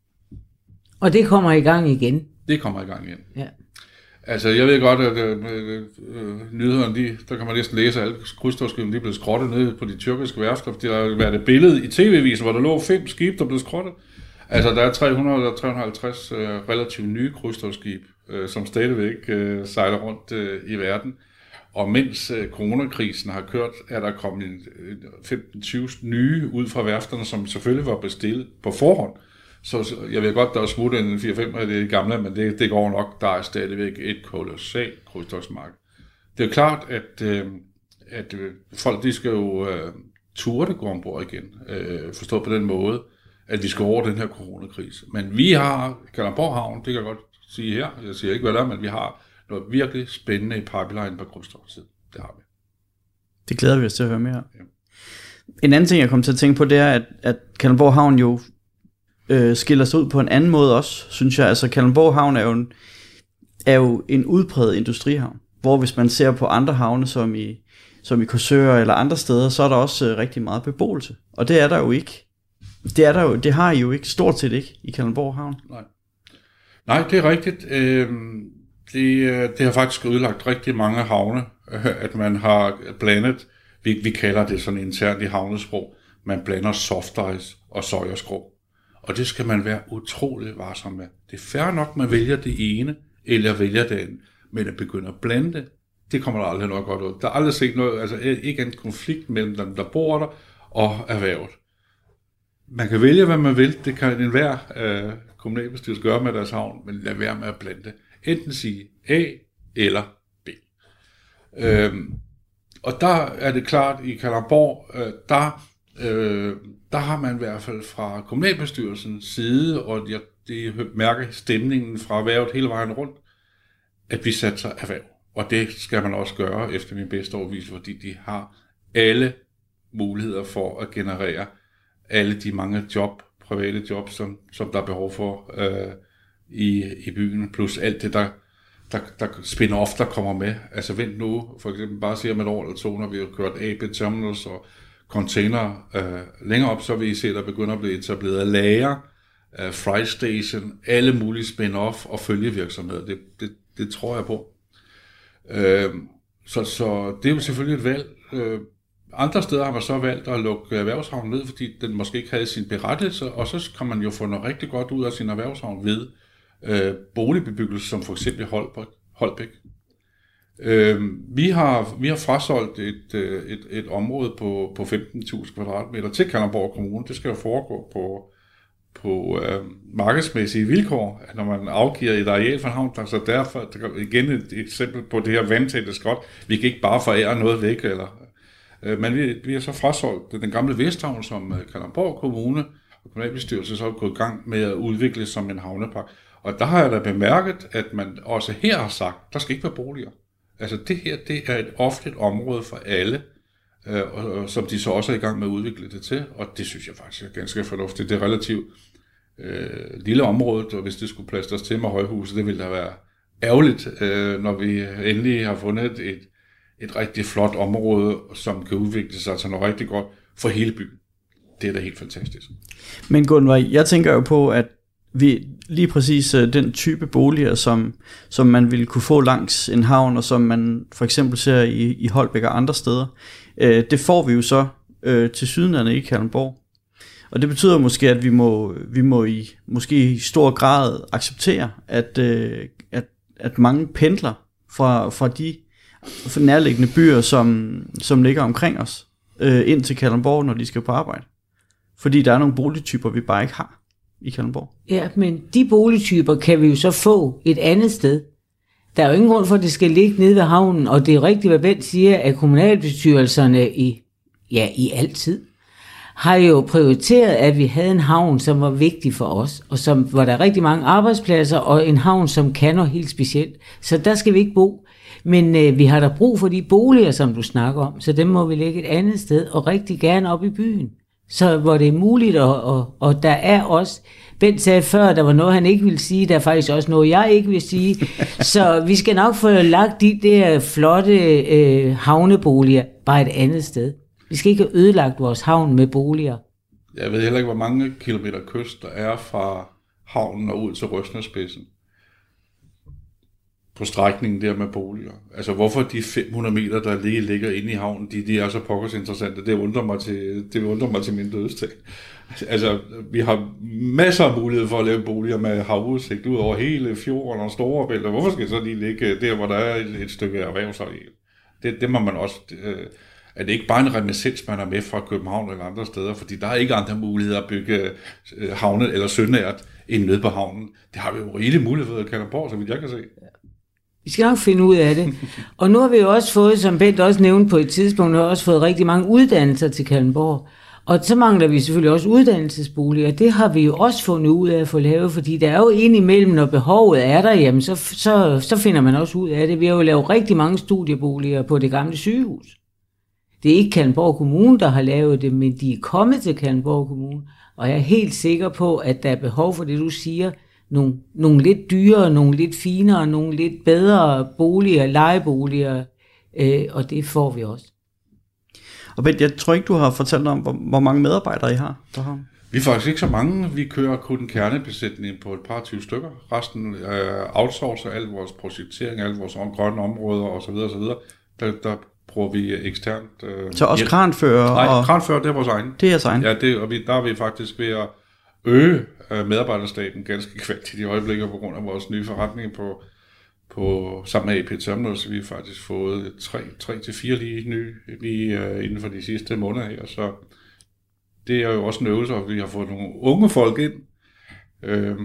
Og det kommer i gang igen? Det kommer i gang igen. Ja. Altså, jeg ved godt, at øh, øh, nyhederne, de, der kan man næsten læse, at alle krydstogtskibene, de er blevet skrottet ned på de tyrkiske værfter. Der har været et billede i tv-avisen, hvor der lå fem skib, der blev skrottet. Altså, der er tre hundrede til tre hundrede og halvtreds øh, relativt nye krydstogtskib, øh, som stadigvæk øh, sejler rundt øh, i verden. Og mens øh, coronakrisen har kørt, er der kommet femten til tyve nye ud fra værfterne, som selvfølgelig var bestilt på forhånd. Så jeg ved godt, der er smuttet en fire fem af det gamle, men det, det går nok. Der er stadigvæk et kolossalt krydstogsmarked. Det er jo klart, at, øh, at folk de skal jo øh, turde gå ombord igen. Øh, forstået på den måde, at vi skal over den her coronakrise. Men vi har Kalundborg Havn, det kan jeg godt sige her. Jeg siger ikke, hvad der er, men vi har noget virkelig spændende i pipeline på krydstogtiden. Det har vi. Det glæder vi os til at høre mere. Ja. En anden ting, jeg kom til at tænke på, det er, at, at Kalundborg Havn jo Øh, skiller sig ud på en anden måde også, synes jeg. Altså Kalundborg Havn er jo en, er jo en udpræget industrihavn, hvor hvis man ser på andre havne, som i, som i Korsør eller andre steder, så er der også øh, rigtig meget beboelse. Og det er der jo ikke. Det, er der jo, det har I jo ikke, stort set ikke, i Kalundborg Havn. Nej, Nej det er rigtigt. Øh, det, det har faktisk udlagt rigtig mange havne, at man har blandet, vi, vi kalder det sådan internt i havnesprog, man blander soft ice og sojaskrå. Og det skal man være utrolig varsom med. Det er fair nok, man vælger det ene, eller vælger det andet. Men at begynde at blande det, det kommer der aldrig noget godt ud. Der er aldrig set noget, altså ikke en konflikt mellem dem, der bor der, og erhvervet. Man kan vælge, hvad man vil. Det kan enhver øh, kommunalbestyrelse gøre med deres havn, men lad være med at blande det. Enten sige A eller B. Øhm, og der er det klart, i Kalundborg, øh, der... Øh, der har man i hvert fald fra kommunalbestyrelsens side, og jeg, det mærker stemningen fra erhvervet hele vejen rundt, at vi satser erhverv. Og det skal man også gøre efter min bedste overbevisning, fordi de har alle muligheder for at generere alle de mange job, private job, som, som der er behov for øh, i, i byen, plus alt det, der, der, der spin-off, der kommer med. Altså vent nu, for eksempel bare sige om et år eller to, når vi har kørt A B Terminals og container øh, længere op, så vil I se, der begynder at blive etableret lager, øh, fry station, alle mulige spin-off og følgevirksomheder. Det, det, det tror jeg på. Øh, så, så det er jo selvfølgelig et valg. Øh, andre steder har man så valgt at lukke erhvervshavnen ned, fordi den måske ikke havde sin berettigelse, og så kan man jo få noget rigtig godt ud af sin erhvervshavn ved øh, boligbebyggelse, som for eksempel Holbæk. Holbæk. Øh, vi, har, vi har frasolgt et, et, et område på, på femten tusind kvadratmeter til Kalundborg Kommune. Det skal jo foregå på, på øh, markedsmæssige vilkår, at når man afgiver et areal for en havn, så derfor igen et, et eksempel på det her vandtætte skot. Vi kan ikke bare forære noget væk, eller, øh, men vi, vi har så frasolgt den gamle Vesthavn, som Kalundborg Kommune og kommunalbestyrelsen så er gået i gang med at udvikle som en havnepark. Og der har jeg da bemærket, at man også her har sagt, der skal ikke være boliger. Altså det her, det er et offentligt område for alle, øh, og, og, som de så også er i gang med at udvikle det til, og det synes jeg faktisk er ganske fornuftigt. Det er relativt øh, lille område, og hvis det skulle plastres til med højhuset, det ville da være ærgerligt, øh, når vi endelig har fundet et, et rigtig flot område, som kan udvikle sig til noget rigtig godt for hele byen. Det er da helt fantastisk. Men Gunvar, jeg tænker jo på, at vi lige præcis uh, den type boliger, som, som man ville kunne få langs en havn, og som man for eksempel ser i, i Holbæk og andre steder, uh, det får vi jo så uh, til sydenlande i Kalundborg. Og det betyder måske, at vi må, vi må i måske i stor grad acceptere, at, uh, at, at mange pendler fra, fra de fra nærliggende byer, som, som ligger omkring os, uh, ind til Kalundborg, når de skal på arbejde. Fordi der er nogle boligtyper, vi bare ikke har i Kalundborg. Ja, men de boligtyper kan vi jo så få et andet sted. Der er jo ingen grund for, at det skal ligge nede ved havnen, og det er rigtigt, hvad Bent siger, at kommunalbestyrelserne i, ja, i altid har jo prioriteret, at vi havde en havn, som var vigtig for os, og som, hvor der er rigtig mange arbejdspladser, og en havn, som kan noget helt specielt. Så der skal vi ikke bo. Men øh, vi har da brug for de boliger, som du snakker om, så dem må vi lægge et andet sted, og rigtig gerne op i byen. Så hvor det er muligt, og, og, og der er også, Bent sagde før, der var noget, han ikke ville sige, der er faktisk også noget, jeg ikke vil sige. Så vi skal nok få lagt de der flotte øh, havneboliger bare et andet sted. Vi skal ikke have ødelagt vores havn med boliger. Jeg ved heller ikke, hvor mange kilometer kyst der er fra havnen og ud til Røsnespidsen. På strækningen der med boliger. Altså hvorfor de fem hundrede meter, der lige ligger inde i havnen, de, de er så pokkers interessante, det undrer mig til, det undrer mig til min dødsdag. Altså vi har masser af mulighed for at lave boliger med havudsigt ud over hele fjorden og store bælter. Hvorfor skal så lige ligge der, hvor der er et, et stykke erhvervsareal? Det, det må man også... Øh, er det ikke bare en reminiscens, man er med fra København eller andre steder, fordi der er ikke andre muligheder at bygge øh, havne eller sønært end nede på havnen. Det har vi jo rigeligt mulighed for at Kalundborg, så vidt jeg kan se. Vi skal nok finde ud af det. Og nu har vi jo også fået, som Bent også nævnte på et tidspunkt, vi har også fået rigtig mange uddannelser til Kalundborg. Og så mangler vi selvfølgelig også uddannelsesboliger. Det har vi jo også fundet ud af at få lavet, fordi der er jo indimellem, når behovet er der, jamen så, så, så finder man også ud af det. Vi har jo lavet rigtig mange studieboliger på det gamle sygehus. Det er ikke Kalundborg Kommune, der har lavet det, men de er kommet til Kalundborg Kommune. Og jeg er helt sikker på, at der er behov for det, du siger, Nogle, nogle lidt dyrere, nogle lidt finere, nogle lidt bedre boliger, lejeboliger, øh, og det får vi også. Og Bent, jeg tror ikke, du har fortalt om, hvor, hvor mange medarbejdere I har der har. Vi er faktisk ikke så mange. Vi kører kun en kernebesætning på et par tyve stykker. Resten øh, outsourcer al vores projektering, alle vores grønne områder osv. osv. Der, der bruger vi eksternt. Øh, så også hjælp. Kranfører? Nej, og... kranfører, det er vores egen. Det er jeres egen? Ja, det, og vi, der er vi faktisk ved at øge medarbejderstaben ganske kvalitativt i øjeblikket på grund af vores nye forretning på, på sammen med A P Terminals. Vi har faktisk fået tre til fire lige nye lige, uh, inden for de sidste måneder her, så det er jo også en øvelse, og vi har fået nogle unge folk ind. Uh,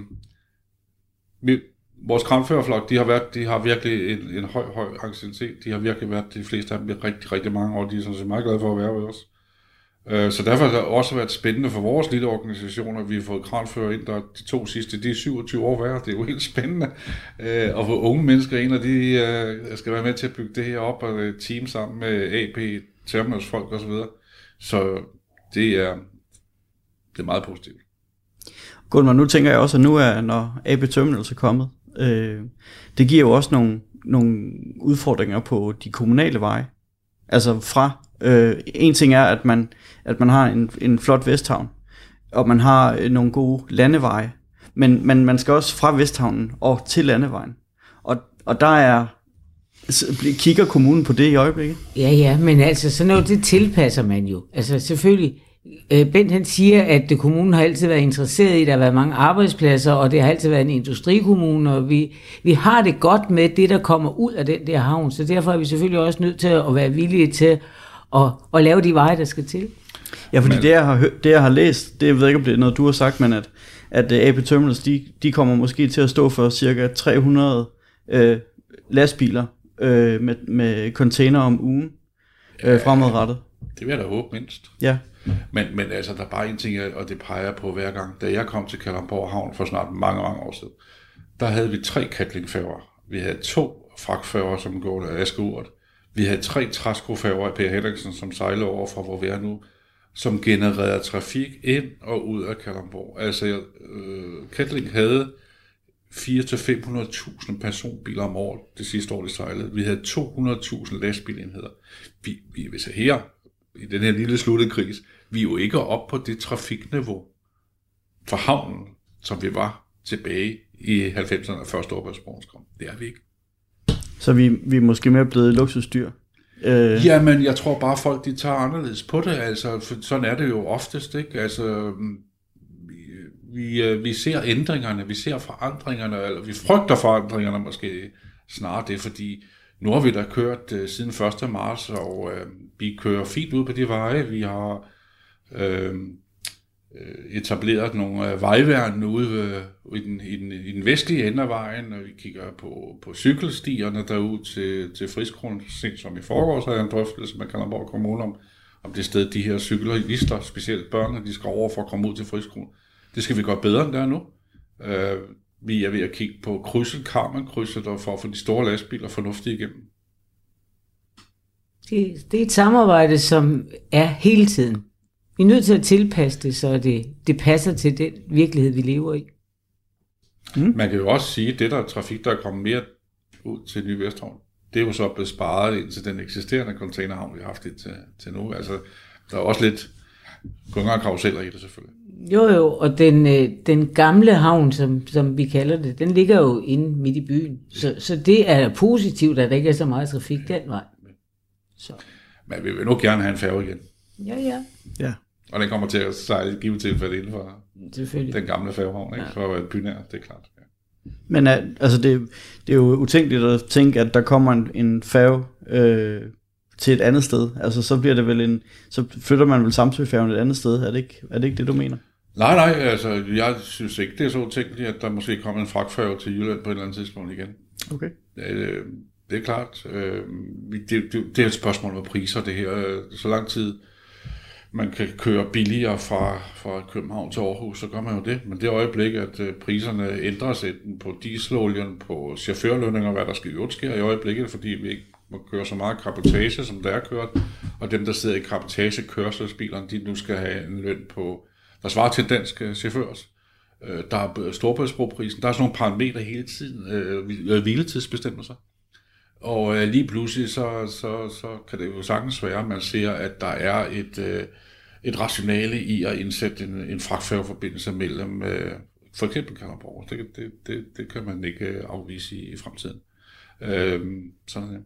vi, vores kranførerflok, de har været, de har virkelig en, en høj, høj anciennitet. De har virkelig været, de fleste af dem, rigtig, rigtig mange år. De er sådan set meget glade for at være ved os. Så derfor har det også været spændende for vores lille organisation, at vi har fået kranfører ind, der de to sidste, de er syvogtyve år værre. Det er jo helt spændende at få unge mennesker ind, og de skal være med til at bygge det her op, og et team sammen med A P, Terminals folk osv. Så det er, det er meget positivt. Gunnar, nu tænker jeg også, at nu er, når A P Terminals er kommet, øh, det giver jo også nogle, nogle udfordringer på de kommunale veje. Altså fra Øh, en ting er, at man, at man har en, en flot Vesthavn, og man har øh, nogle gode landeveje, men, men man skal også fra Vesthavnen og til landevejen. Og, og der er, kigger kommunen på det i øjeblikket? Ja, ja, men altså sådan noget, det tilpasser man jo. Altså selvfølgelig, Øh, Bent han siger, at kommunen har altid været interesseret i, at der har været mange arbejdspladser, og det har altid været en industrikommune, og vi, vi har det godt med det, der kommer ud af den der havn, så derfor er vi selvfølgelig også nødt til at være villige til at, at lave de veje, der skal til. Ja, fordi det jeg, har hø- det, jeg har læst, det jeg ved ikke, om det er noget, du har sagt, men at, at A P Terminals, de, de kommer måske til at stå for cirka tre hundrede øh, lastbiler øh, med, med container om ugen øh, fremadrettet. Det vil jeg da håbe mindst. Ja. Men, men altså, der er bare en ting, og det peger på hver gang. Da jeg kom til Kalundborg Havn for snart mange, mange år siden, der havde vi tre katlingfærger. Vi havde to fragtfærger, som går af Askeurt. Vi havde tre træskofærger af Per Henriksen, som sejlede over fra, hvor vi er nu, som genererede trafik ind og ud af Kalundborg. Altså, øh, Katling havde fire til fem hundrede tusind personbiler om året det sidste år, de sejlede. Vi havde to hundrede tusind lastbilenheder. Vi, vi vil se her, i den her lille sluttede kris, vi er jo ikke op på det trafikniveau for havnen, som vi var tilbage i halvfemserne og første år på Storebæltsbroen kom. Det er vi ikke. Så vi, vi er måske mere blevet luksusdyr? Øh. Jamen, jeg tror bare, folk de tager anderledes på det. Altså, for sådan er det jo oftest, ikke? Altså, vi, vi, vi ser ændringerne, vi ser forandringerne, eller vi frygter forandringerne måske snarere det, fordi nu har vi da kørt uh, siden første marts, og uh, vi kører fint ud på de veje. Vi har uh, etableret nogle uh, vejværn ude uh, i, den, i, den, i den vestlige ende af vejen, og vi kigger på, på cykelstierne derude til, til Friskronen, som i forgårs har jeg en drøftelse med Kalundborg Kommune om, om det sted, de her cyklister, specielt børnene, de skal over for at komme ud til Friskronen. Det skal vi gøre bedre end der nu. Uh, Vi er ved at kigge på krydset, Carmen-krydset, og for at få de store lastbiler fornuftigt igennem. Det, det er et samarbejde, som er hele tiden. Vi er nødt til at tilpasse det, så det, det passer til den virkelighed, vi lever i. Mm. Man kan jo også sige, at det der er trafik, der er kommet mere ud til Ny Vesthavn, det er jo så blevet sparet ind til den eksisterende containerhavn, vi har haft det til, til nu. Altså, der er også lidt gunger og karuseller i det selvfølgelig. Jo jo, og den, øh, den gamle havn, som, som vi kalder det, den ligger jo inde midt i byen. Så, så det er positivt, at der ikke er så meget trafik den vej. Så. Men vi vil nu gerne have en færge igen. Ja, ja. Ja. Og den kommer til at sejle et givet tilfælde inden for den gamle færgehavn, ikke? Ja. For at være bynær, det er klart. Ja. Men altså, det, det er jo utænkeligt at tænke, at der kommer en, en færge øh, til et andet sted. Altså, så bliver det vel en, så flytter man vel Samsøfærgen et andet sted. Er det ikke, er det, ikke det, du mener? Nej, nej, altså, jeg synes ikke, det er så utænkeligt, at der måske kommer en fragtfærge til Jylland på et eller andet tidspunkt igen. Okay. Det, det er klart. Det, det, det er et spørgsmål med priser, det her. Så lang tid man kan køre billigere fra, fra København til Aarhus, så gør man jo det. Men det øjeblik, at priserne ændrer sig på dieselolien, på chaufførlønninger, hvad der skal jo sker i øjeblikket, fordi vi ikke må køre så meget cabotage, som der er kørt, og dem, der sidder i cabotagekørselsbilerne, de nu skal have en løn på, der svarer til dansk chaufførs. Der er Storebæltsbroprisen, der er sådan nogle parametre hele tiden, øh, hviletidsbestemmelser. Og øh, lige pludselig, så, så, så kan det jo sagtens være, at man ser, at der er et, øh, et rationale i at indsætte en, en fragtfærgeforbindelse mellem øh, for eksempel Kalundborg. Det, det, det, det kan man ikke afvise i, i fremtiden. Øh, sådan ja.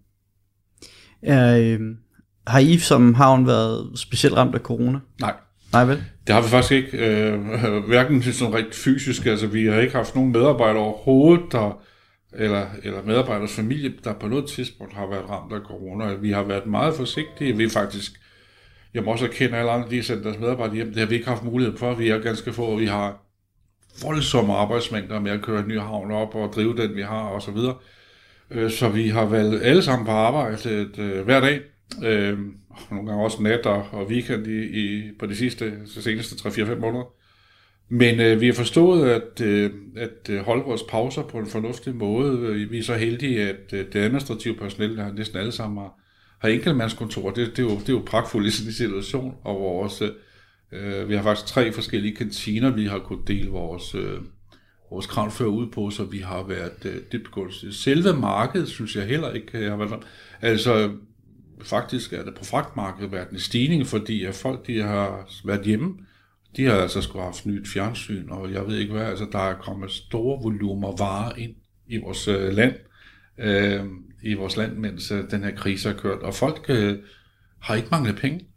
Ja, øh, har I som havn været specielt ramt af corona? Nej. Nej vel? Det har vi faktisk ikke. Øh, hverken sådan rigtig fysisk, altså vi har ikke haft nogen medarbejdere overhovedet, der eller, eller medarbejders familie, der på noget tidspunkt har været ramt af corona. Vi har været meget forsigtige. Vi er faktisk, jeg må også erkende alle andre, de har sendt deres medarbejdere hjem. Det har vi ikke haft mulighed for. Vi er ganske få, og vi har voldsomme arbejdsmængder med at køre en ny havn op og drive den, vi har, og så videre. Så vi har været alle sammen på arbejde et, et, hver dag. Øh, nogle gange også nat og, og weekend i, i, på de sidste, de seneste tre fire fem måneder. Men øh, vi har forstået at, øh, at holde vores pauser på en fornuftig måde. Vi er så heldige, at øh, det administrative personel, der næsten alle sammen har, har enkeltmandskontor. Det, det, er jo, det er jo pragtfuldt i sådan en situation. Og vores, øh, vi har faktisk tre forskellige kantiner, vi har kunnet dele vores, øh, vores kranfører ud på, så vi har været øh, dybtgående. Selve markedet, synes jeg heller ikke har været. Altså, faktisk er det på fragtmarkedet været en stigning, fordi at folk de har været hjemme. De har altså sgu haft nyt fjernsyn, og jeg ved ikke hvad, altså der er kommet store volumer varer ind i vores øh, land, øh, i vores land, mens øh, den her krise har kørt, og folk øh, har ikke manglet penge.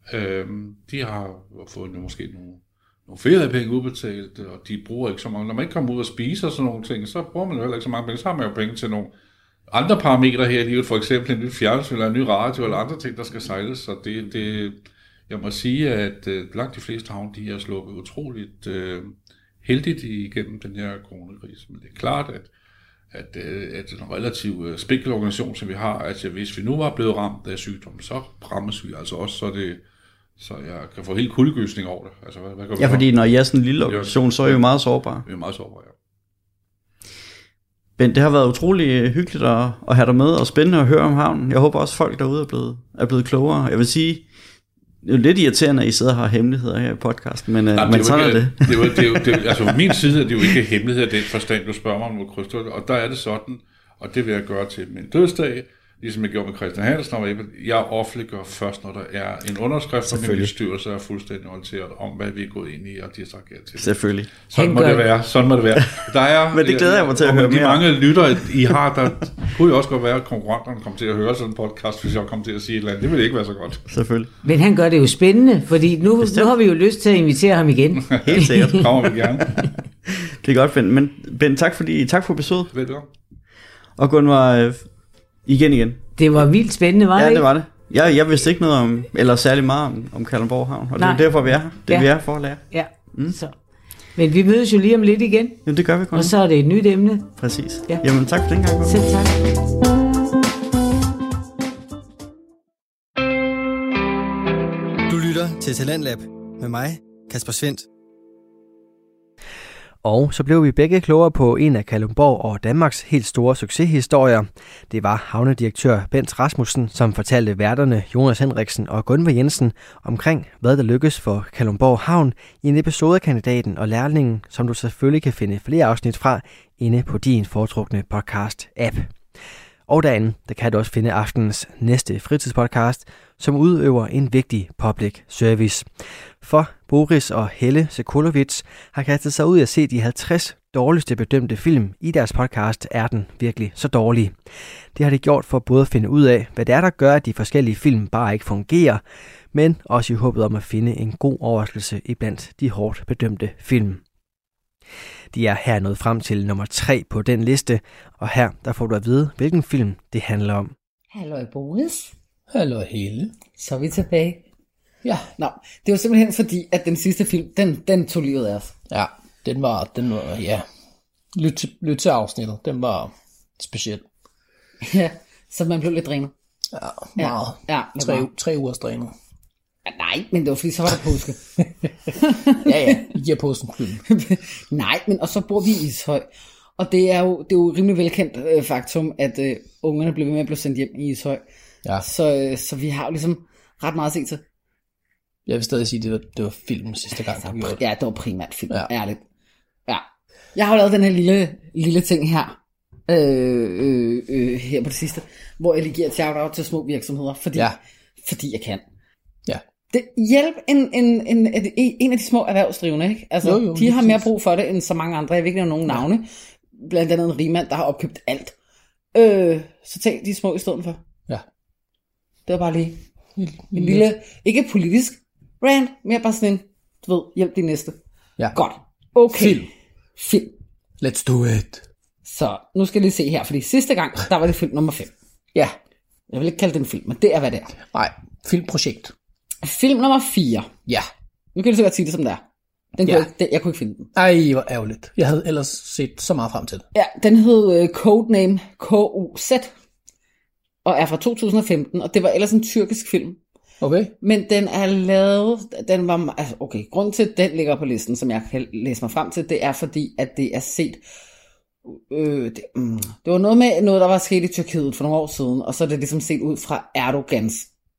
Øhm, de har fået måske nogle, nogle feriepenge udbetalt, og de bruger ikke så mange. Når man ikke kommer ud og spiser og sådan nogle ting, så bruger man jo heller ikke så mange penge. Så har man jo penge til nogle andre parametre her i livet, for eksempel en ny fjernsyn eller en ny radio eller andre ting, der skal sejles. Så det, det jeg må sige, at øh, langt de fleste havne, de er sluppet utroligt øh, heldigt igennem den her coronakrise. Men det er klart, at at, at en relativt spækket organisation, som vi har, altså hvis vi nu var blevet ramt af sygdom, så rammes vi altså også, så, det, så jeg kan få helt kuldegysning over det. Altså, hvad, hvad kan ja, fordi når I er sådan en lille organisation, så er I jo meget sårbare. Vi er meget sårbare, ja. Ben, det har været utrolig hyggeligt at, at have dig med, og spændende at høre om havnen. Jeg håber også, folk derude er blevet, er blevet klogere. Jeg vil sige, det er jo lidt irriterende, at I sidder og har hemmeligheder her i podcasten, men, Nej, men sådan er det. det, er jo, det, er jo, det er jo, altså på min side er det jo ikke hemmeligheder, den forstand, du spørger mig om noget krydstogt, og der er det sådan, og det vil jeg gøre til min dødsdag, ligesom jeg gjorde med Christian Hansen, og jeg offentliggør først, når der er en underskrift, og min bestyrelse er fuldstændig orienteret om, hvad vi er gået ind i, og de har sagt ja til. Selvfølgelig. Sådan må det være, sådan må det være. Der er, men det glæder jeg mig til at høre de mere. De mange lytter, I har, der kunne jo også godt være, at konkurrenterne kommer til at høre sådan en podcast, hvis jeg kommer til at sige et eller andet. Det ville ikke være så godt. Selvfølgelig. Men han gør det jo spændende, fordi nu, nu har vi jo lyst til at invitere ham igen. Helt sikkert. Kommer vi gerne. Det er godt, Ben. Men Ben, tak, fordi, tak for besøget. Velbekomme. Og Gunvar, igen igen. Det var vildt spændende, var det Ja, ikke? det var det. Jeg, jeg vidste ikke noget om, eller særlig meget om, om Kalundborg Havn, og det er derfor, vi er her. Det er ja. vi er for at lære. Ja, mm. så. Men vi mødes jo lige om lidt igen. Jamen, det gør vi kun. Og så er det et nyt emne. Præcis. Ja. Jamen, tak for den gang. Selv tak. Du lytter til Talentlab med mig, Kasper Svendt. Og så blev vi begge klogere på en af Kalundborg og Danmarks helt store succeshistorier. Det var havnedirektør Bent Rasmussen, som fortalte værterne Jonas Henriksen og Gunvar Jensen omkring, hvad der lykkes for Kalundborg Havn i en episode af Kandidaten og Lærlingen, som du selvfølgelig kan finde flere afsnit fra inde på din foretrukne podcast-app. Og derinde, der kan du også finde aftenens næste fritidspodcast, som udøver en vigtig public service. For Boris og Helle Sekulovic har kastet sig ud at se de halvtreds dårligste bedømte film i deres podcast Er den virkelig så dårlig? Det har de gjort for både at finde ud af, hvad det er, der gør, at de forskellige film bare ikke fungerer, men også i håbet om at finde en god overraskelse iblandt de hårdt bedømte film. De er her nået frem til nummer tre på den liste, og her der får du at vide, hvilken film det handler om. Halløj, Boris. Hallo Helle. Så er vi tilbage. Ja. Nå, det var simpelthen fordi, at den sidste film, den, den tog livet af os. Ja, den var, den var, ja. Lyt til, lyt til afsnittet. Den var speciel. Ja, så man blev lidt drænet. Ja, meget. Ja, ja, tre, tre uger drænet. Ja, nej, men det var fordi, så var der påske. ja, ja, I giver påsken skylden. Nej, men og så bor vi i Ishøj. Og det er jo, det er jo rimelig velkendt øh, faktum, at øh, ungerne blev ved med at blive sendt hjem i Ishøj. Ja. Så, øh, så vi har jo ligesom ret meget at se til. Jeg vil stadig sige, at det var, det var filmen sidste gang, altså, vi gjorde det. Ja, det var primært film, ja. Ærligt. Ja. Jeg har jo lavet den her lille, lille ting her, øh, øh, øh, her på det sidste, hvor jeg lige giver et shout-out til små virksomheder, fordi, ja. fordi jeg kan. Ja. Det hjælp en, en, en, en af de små erhvervsdrivende, ikke? Altså, jo, jo, de har mere brug for det, end så mange andre. Jeg ved ikke, nogen navne. Ja. Blandt andet en rigmand, der har opkøbt alt. Øh, så tænk de små i stedet for. Ja. Det var bare lige en, en lille, ikke politisk rant, mere bare sådan en, du ved, hjælp de næste. Ja. Godt. Okay. Film. Film. Let's do it. Så nu skal jeg lige se her, fordi sidste gang, der var det film nummer fem. Ja. Jeg vil ikke kalde det en film, men det er, hvad det er. Nej, filmprojekt. Film nummer fire. Ja. Nu kan du så godt sige det, som det er. Den kunne ja. jeg, den, jeg kunne ikke finde den. Ej, hvor ærgerligt. Jeg havde ellers set så meget frem til det. Ja, den hed uh, Codename K O Z, og er fra to tusind og femten, og det var ellers en tyrkisk film. Okay. Men den er lavet, den var, altså okay, grunden til, at den ligger på listen, som jeg kan læse mig frem til, det er fordi, at det er set, øh, det, mm, det var noget med noget, der var sket i Tyrkiet for nogle år siden, og så er det ligesom set ud fra Erdogans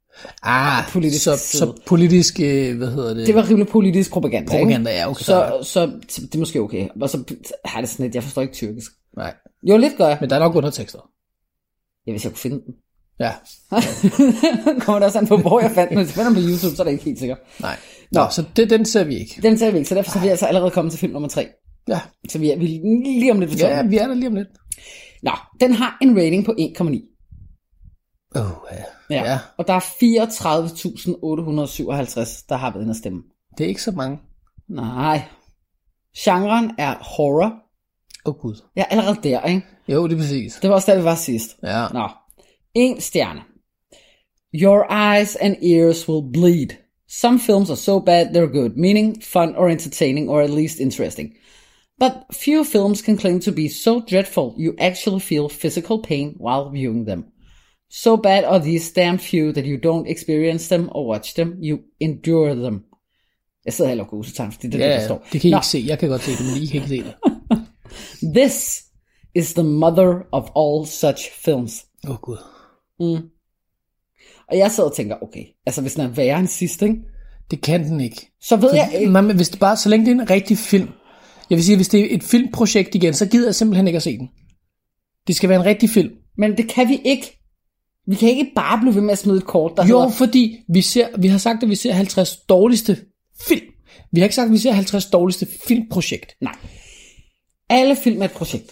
Ah, politisk så, så politisk, øh, hvad hedder det? Det var rimelig politisk propaganda, Propaganda, ikke? ja, okay. Så, så, så det er måske okay. Og så har det sådan lidt, jeg forstår ikke tyrkisk. Nej. Jo, lidt gør jeg. Men der er nok undertekster. Ja, hvis jeg kunne finde den. Ja. Kommer der også an på, hvor jeg fandt den. Hvis jeg finder den på YouTube, så er det ikke helt sikkert. Nej. Nå, Nå så det, den ser vi ikke. Den ser vi ikke, så derfor så er vi altså allerede kommet til film nummer tre. Ja. Så vi er, vi er lige om lidt. Ja, vi er der lige om lidt. Nå, den har en rating på en komma ni. Oh, ja. Ja. ja. Og der er fireogtredive tusind otte hundrede syvoghalvtreds, der har været inde at stemme. Det er ikke så mange. Nej. Genren er horror. Åh oh, gud. Ja, allerede der, ikke? Jo, det er præcis. Det var også der, vi var sidst. Ja. Nå. En stjerne. Your eyes and ears will bleed. Some films are so bad they're good, meaning fun or entertaining or at least interesting. But few films can claim to be so dreadful you actually feel physical pain while viewing them. So bad are these damn few that you don't experience them or watch them, you endure them. Jeg sidder heller og gosetegn, fordi det er ja, det, der står. Det kan I ikke se, jeg kan godt se det, men I kan ikke se det. This is the mother of all such films. Åh oh, gud. Mm. Og jeg sidder og tænker, okay, altså hvis den er værre end sidst, ikke? Det kan den ikke. Så ved For, jeg ikke. Man, hvis det bare, så længe det er en rigtig film. Jeg vil sige, hvis det er et filmprojekt igen, så gider jeg simpelthen ikke at se den. Det skal være en rigtig film. Men det kan vi ikke. Vi kan ikke bare blive ved med at smide et kort, der Jo, hedder... fordi vi, ser, vi har sagt, at vi ser halvtreds dårligste film. Vi har ikke sagt, at vi ser halvtreds dårligste filmprojekt. Nej. Alle film er et projekt.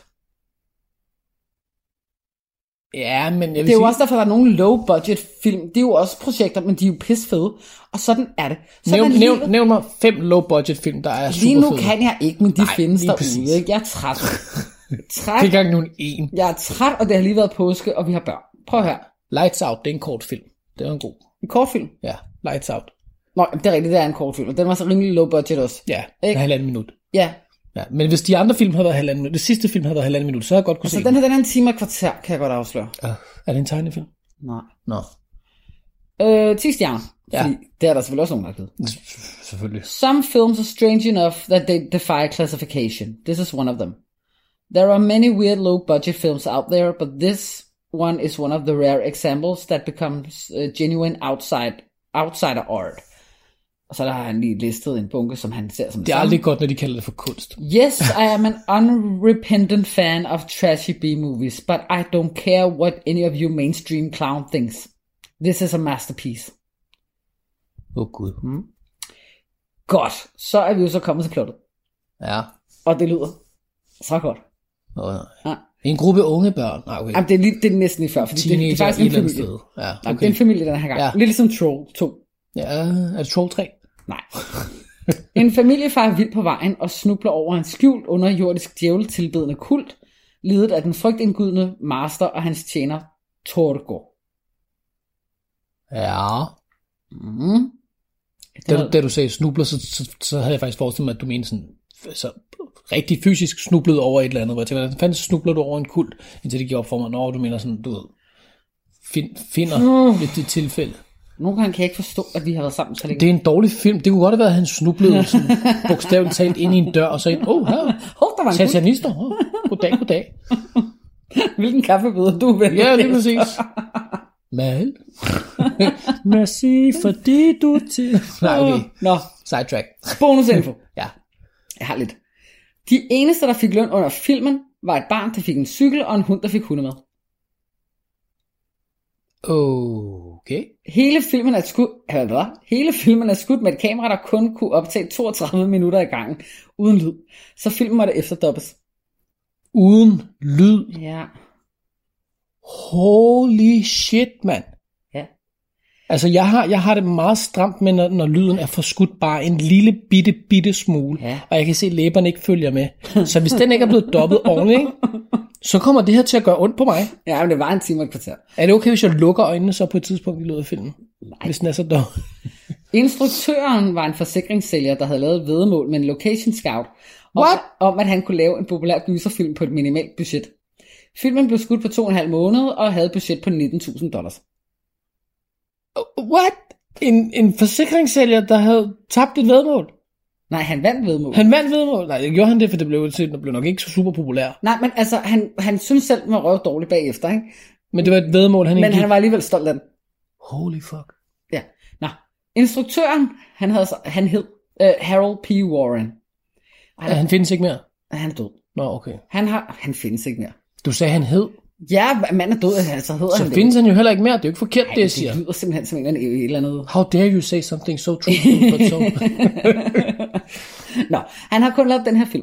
Ja, men jeg vil Det er sige... jo også derfor, der er nogle low-budget film. Det er jo også projekter, men de er jo pissfede. Og sådan er det. Sådan Nævn, er nævn, livet. nævn mig fem low-budget film, der er super Lige nu fede. kan jeg ikke, men de Nej, findes lige derude. præcis. Ikke? Jeg er træt. træt. Det er ikke nogen en. Jeg er træt, og det har lige været påske, og vi har børn. Prøv her. Lights Out, det er en kort film. Det er en god. En kortfilm. Ja, Lights Out. Nå, det er rigtigt, det er en kortfilm. Og den var så rimelig low budget også. Ja, Ikke? en halvanden minut. Ja. Ja, men hvis de andre film havde været halvanden minut, det sidste film havde været halvanden minut, så havde jeg godt kunne Altså, se den her, den er en time og kvarter, kan jeg godt afsløre. Uh, er det en tegnefilm? Nej. Nå. Øh, ti stjerner. Ja. Fordi det er der selvfølgelig også nogen, der har givet. Selvfølgelig. Some films are strange enough that they defy classification. This is one of them. There are many weird low-budget films out there, but this one is one of the rare examples that becomes uh, genuine outside, outsider art. Og så der har han lige listet en bunke, som han ser som Det er aldrig godt, når de kalder det for kunst. Yes, I am an unrepentant fan of trashy B-movies, but I don't care what any of you mainstream clown thinks. This is a masterpiece. Åh oh, gud. Mm. Godt, så er vi jo så kommet til plottet. Ja. Og det lyder så godt. Oh, Ja. En gruppe unge børn. Ah, okay. Jamen, det, er lige, det er næsten lige før, fordi det, det er faktisk en familie. Sted. Ja, okay. Jamen, det er en familie den her gang. Ja. Lidt ligesom Troll to. Ja, er det Troll tre? Nej. En familie farer vild på vejen og snubler over en skjult underjordisk djæveltilbedende kult, ledet af den frygtindgydende master og hans tjener Torgo. Ja. Mm. Da du, da du sagde snubler, så, så, så havde jeg faktisk forestillet mig, at du mente sådan, så rigtig fysisk snublede over et eller andet, hvor jeg tænkte, hvordan fanden snubler du over en kult, indtil det giver op for mig, når du mener sådan, du ved, find, finder uh. lidt det tilfælde. Nogle gange kan jeg ikke forstå, at vi har været sammen så længe. Det er en dårlig film. Det kunne godt have været, at han snublede sådan, bogstaveligt talt ind i en dør, og så ind, åh, oh, her, Hov, der var en satanister, oh, goddag, goddag. Hvilken kaffebøder du vil. Ja, lige præcis. Mal. Merci, fordi du til... Nej, okay. Nå, Sidetrack. bonusinfo. Ja. Jeg har lidt. De eneste, der fik løn under filmen, var et barn, der fik en cykel, og en hund, der fik hundemad. Okay. Hele filmen er skudt, hvad? Hele filmen er skudt med et kamera, der kun kunne optage toogtredive minutter i gangen, uden lyd. Så filmen måtte efterdobbes. Uden lyd. Ja. Holy shit, mand. Ja. Altså, jeg har, jeg har det meget stramt med, når, når lyden er forskudt bare en lille bitte, bitte smule, Ja. og jeg kan se, at læberne ikke følger med. Så hvis den ikke er blevet dobbet ordentligt, så kommer det her til at gøre ondt på mig. Ja, men det var en time og et kvarter. Er det okay, hvis jeg lukker øjnene så på et tidspunkt i løbet af filmen? Nej. Hvis den er så dobbet. Instruktøren var en forsikringssælger, der havde lavet væddemål med en location scout, om, What? om at han kunne lave en populær gyserfilm på et minimalt budget. Filmen blev skudt på to og en halv måned og havde et budget på nitten tusind dollars. What? En, en forsikringssælger, der havde tabt et væddemål? Nej, han vandt væddemål. Han vandt væddemål? Nej, det gjorde han det, for det blev, det blev nok ikke så super populær. Nej, men altså, han, han synes selv, den var røv dårlig bagefter, ikke? Men det var et væddemål, han Men ikke han var alligevel stolt af den. Holy fuck. Ja. Nå, instruktøren, han, havde, han hed uh, Harold P. Warren. Ja, han findes ikke mere? Han er død. Nå, okay. Han, har, han findes ikke mere. Du sagde, han hed. Ja, manden er død, altså hedder Så han findes det. han jo heller ikke mere. Det er jo ikke forkert, Ej, det jeg siger. det lyder simpelthen som en eller anden, et eller andet. How dare you say something so truthful, but so... Nå, han har kun lavet den her film.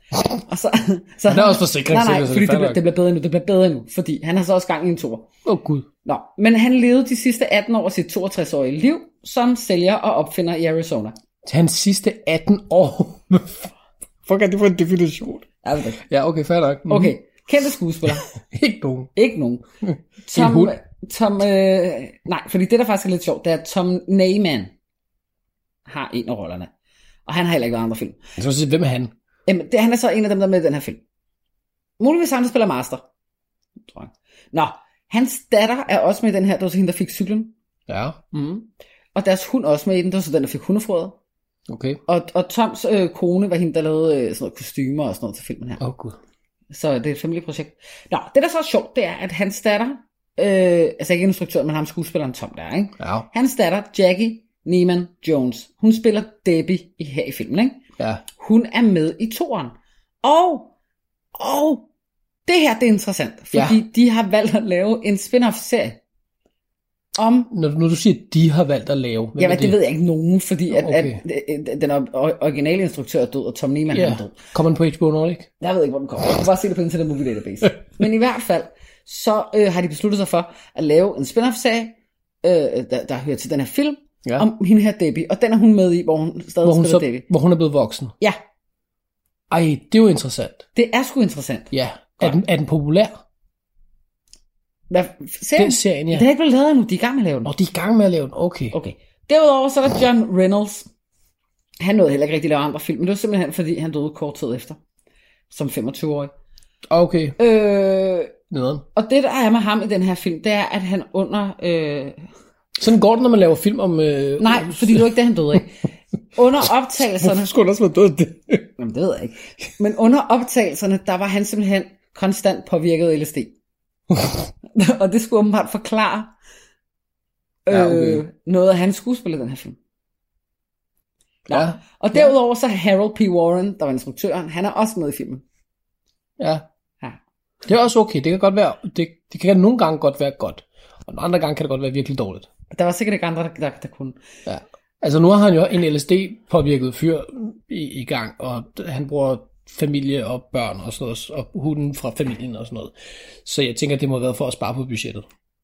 Og så, så han er også forsikring nej, nej, til det, så fordi det er det, fair bliver, det bliver bedre nu, det bliver bedre nu, fordi han har så også gang i en tour. Åh oh, gud. Nå, men han levede de sidste atten år af sit toogtres-årige liv som sælger og opfinder i Arizona. Til hans sidste atten år. Fuck, er det for en definition? Jeg ved det. Ja, okay, fair nok. Mm. Okay, kendte skuespiller. Ikke nogen. Ikke nogen. Tom, Tom øh, nej, fordi det der faktisk er lidt sjovt, det er, at Tom Neyman har en af rollerne. Og han har heller ikke været andre film. Jeg skal sige, hvem er han? Jamen, det, han er så en af dem, der er med i den her film. Muligvis han, der spiller Master. Tror jeg. Nå, hans datter er også med i den her, det var så hende, der fik cyklen. Ja. Mm. Og deres hund er også med i den, det var så den, der fik hundefrødet. Okay. Og, og Toms øh, kone var hende, der lavede øh, sådan noget kostymer og sådan noget til filmen her. Åh oh, gud. Så det er et familieprojekt. Nå, det der så er sjovt, det er, at hans datter, øh, altså ikke instruktøren, men ham skuespilleren Tom der, ikke? Ja. Hans datter, Jackie Neiman Jones, hun spiller Debbie i, her i filmen, ikke? Ja. Hun er med i toeren. Og, og, det her, det er interessant, fordi ja. de har valgt at lave en spin-off-serie om... Når, når du siger, at de har valgt at lave... Jamen, det? det ved jeg ikke nogen, fordi at, okay. at, at den originale instruktør er død, og Tom Neiman ja. er død. Kommer den på H B O Nordic? Jeg ved ikke, hvor den kommer. Jeg kan bare se det på Internet Movie Database. Men i hvert fald, så øh, har de besluttet sig for at lave en spin-off-serie, øh, der, der hører til den her film, ja. Om hende her Debbie, og den er hun med i, hvor hun stadig hvor hun spiller så, Debbie. Hvor hun er blevet voksen? Ja. Ej, det er jo interessant. Det er sgu interessant. Ja. Er den, er den populær? Hvad? Serien? Den serien, ja. Den er ikke blevet lavet endnu, de er i gang med at lave den. Og de er i gang med at lave den, okay. Okay. Derudover så er der John Reynolds. Han nåede heller ikke rigtig at lave andre film, men det var simpelthen fordi, han døde kort tid efter. Som femogtyve-årig. Okay. Øh, Nederen. og det der er med ham i den her film, det er, at han under... Øh, Sådan går det, når man laver film om... Øh, nej, fordi det var ikke det, han døde af. Under optagelserne... Hvorfor skulle han også være død det? Jamen, det ved jeg ikke. Men under optagelserne, der var han simpelthen konstant påvirket af L S D. Og det skulle åbenbart forklare øh, ja, okay. noget af hans skuespil i den her film. Nå. Ja. Og derudover så Harold P. Warren, der var instruktøren, han er også med i filmen. Ja. Ja. Det er også okay. Det kan godt være, det, det kan nogle gange godt være godt. Og nogle andre gange kan det godt være virkelig dårligt. Der var sikkert ikke andre, der, der, der kunne. Ja. Altså nu har han jo en L S D-påvirket fyr i, i gang, og han bruger familie og børn og sådan noget, og hunden fra familien og sådan noget. Så jeg tænker, det må have været for at spare på budgettet.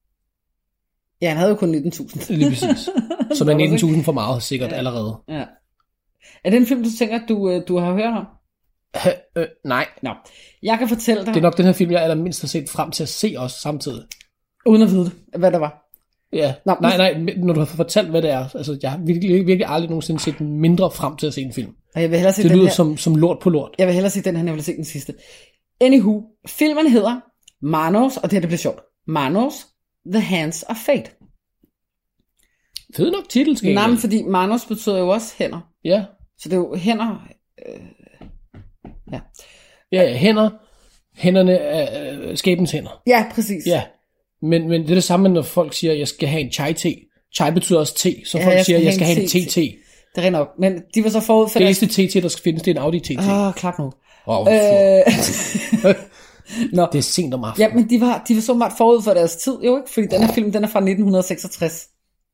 Ja, han havde jo kun nitten tusind. Lige præcis. Så med nitten tusind for meget sikkert ja. allerede. Ja. Er det en film, du tænker, du, du har hørt om? Øh, øh, nej. Nå. Jeg kan fortælle dig... Det er nok den her film, jeg allermindst har set frem til at se også samtidig. Uden at vide det, hvad der var. Ja, Nå, nej, nej, når du har fortalt, hvad det er. Altså, jeg har virkelig, virkelig aldrig nogensinde set mindre frem til at se en film. Og jeg vil hellere se det den lyder her... som, som lort på lort. Jeg vil hellere se den her, jeg vil se den sidste. Anywho, filmen hedder Manos, og det her det bliver sjovt. Manos, The Hands of Fate. Fed nok titel, skal Nej, men fordi Manos betyder jo også hænder. Ja. Så det er jo hænder... Øh, ja. Ja, ja, hænder. Hænderne er øh, skæbens hænder. Ja, præcis. Ja. Men, men det er det samme, når folk siger, at jeg skal have en chai-te. Chai betyder også te, så ja, folk jeg siger, at jeg skal have en te-te. te-te. Det er rent nok. Men de var så forud for det eneste te-te, der skal findes, det er en Audi te-te. Åh, oh, klap nu. Oh, øh... Nå. Det er sent om aftenen. Ja, men de var, de var så meget forud for deres tid, jo ikke? Fordi den her film, den er fra nitten seksogtres.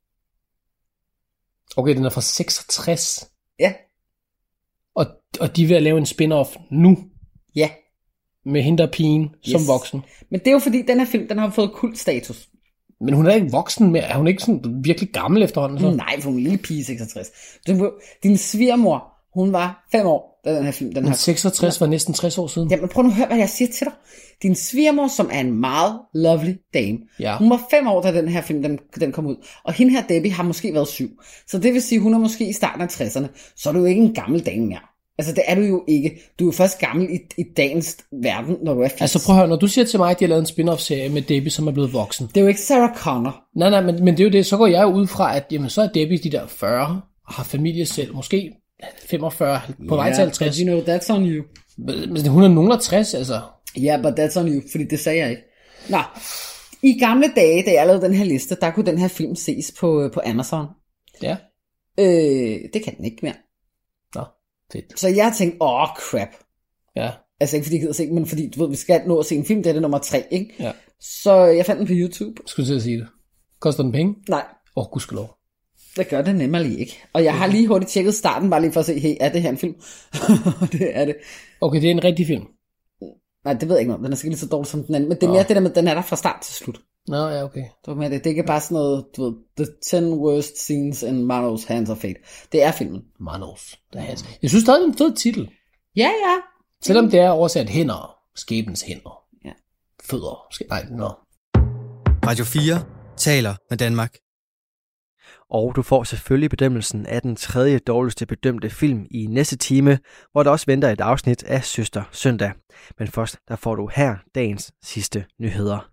Okay, den er fra seksogtres. Ja. Og, og de er ved at lave en spin-off nu. Ja. Med hende, der er pigen, yes. som voksen. Men det er jo fordi, den her film, den har fået kultstatus. Men hun er ikke voksen mere. Er hun ikke sådan virkelig gammel efterhånden? Så? Nej, for hun er en lille pige i seksogtres. Din svigermor, hun var fem år, da den her film... Den men her... seksogtres var næsten tres år siden. Jamen prøv nu at høre, hvad jeg siger til dig. Din svigermor, som er en meget lovely dame, ja. Hun var fem år, da den her film den, den kom ud. Og hende her, Debbie, har måske været syv. Så det vil sige, hun er måske i starten af tresserne. Så er du jo ikke en gammel dame mere. Altså det er du jo ikke. Du er jo først gammel i, i dagens verden, når du er firs. Altså prøv at høre, når du siger til mig, at de har lavet en spin-off-serie med Debbie, som er blevet voksen. Det er jo ikke Sarah Connor. Nej, nej, men, men det er jo det. Så går jeg jo ud fra, at jamen, så er Debbie de der fyrre, og har familie selv. Måske femogfyrre, på vej yeah, til halvtreds. You know, that's on you. Men hun er nogen af tres, altså. Ja, yeah, but that's on you, fordi det sagde jeg ikke. Nå, i gamle dage, da jeg lavede den her liste, der kunne den her film ses på, på Amazon. Ja. Øh, det kan den ikke mere. Nå, fedt. Så jeg tænkte, åh, crap. Ja. Altså ikke fordi jeg gider se, men fordi, du ved, vi skal nå at se en film, det er det nummer tre, ikke? Ja. Så jeg fandt den på YouTube. Skulle du til at sige det? Koster den penge? Nej. Åh, oh, gudskelov. Det gør det nemlig ikke. Og jeg har lige hurtigt tjekket starten, bare lige for at se, hey, er det her en film? Det er det. Okay, det er en rigtig film. Nej, det ved jeg ikke noget. Den er sikkert lige så dårlig som den anden. Men det er mere det der med, den er der fra start til slut. Nå, ja, okay. Det var med det. Det er ikke bare sådan noget, du ved, The ten Worst Scenes in Manos Hands of Fate. Det er filmen. Manos. Jeg synes stadig, det er en fed titel. Ja, ja. Selvom det er oversat hænder. Skæbens hænder. Ja. Fødder. Ske- Nej, nå. Radio fire taler med Danmark. Og du får selvfølgelig bedømmelsen af den tredje dårligste bedømte film i næste time, hvor der også venter et afsnit af Søster Søndag. Men først, der får du her dagens sidste nyheder.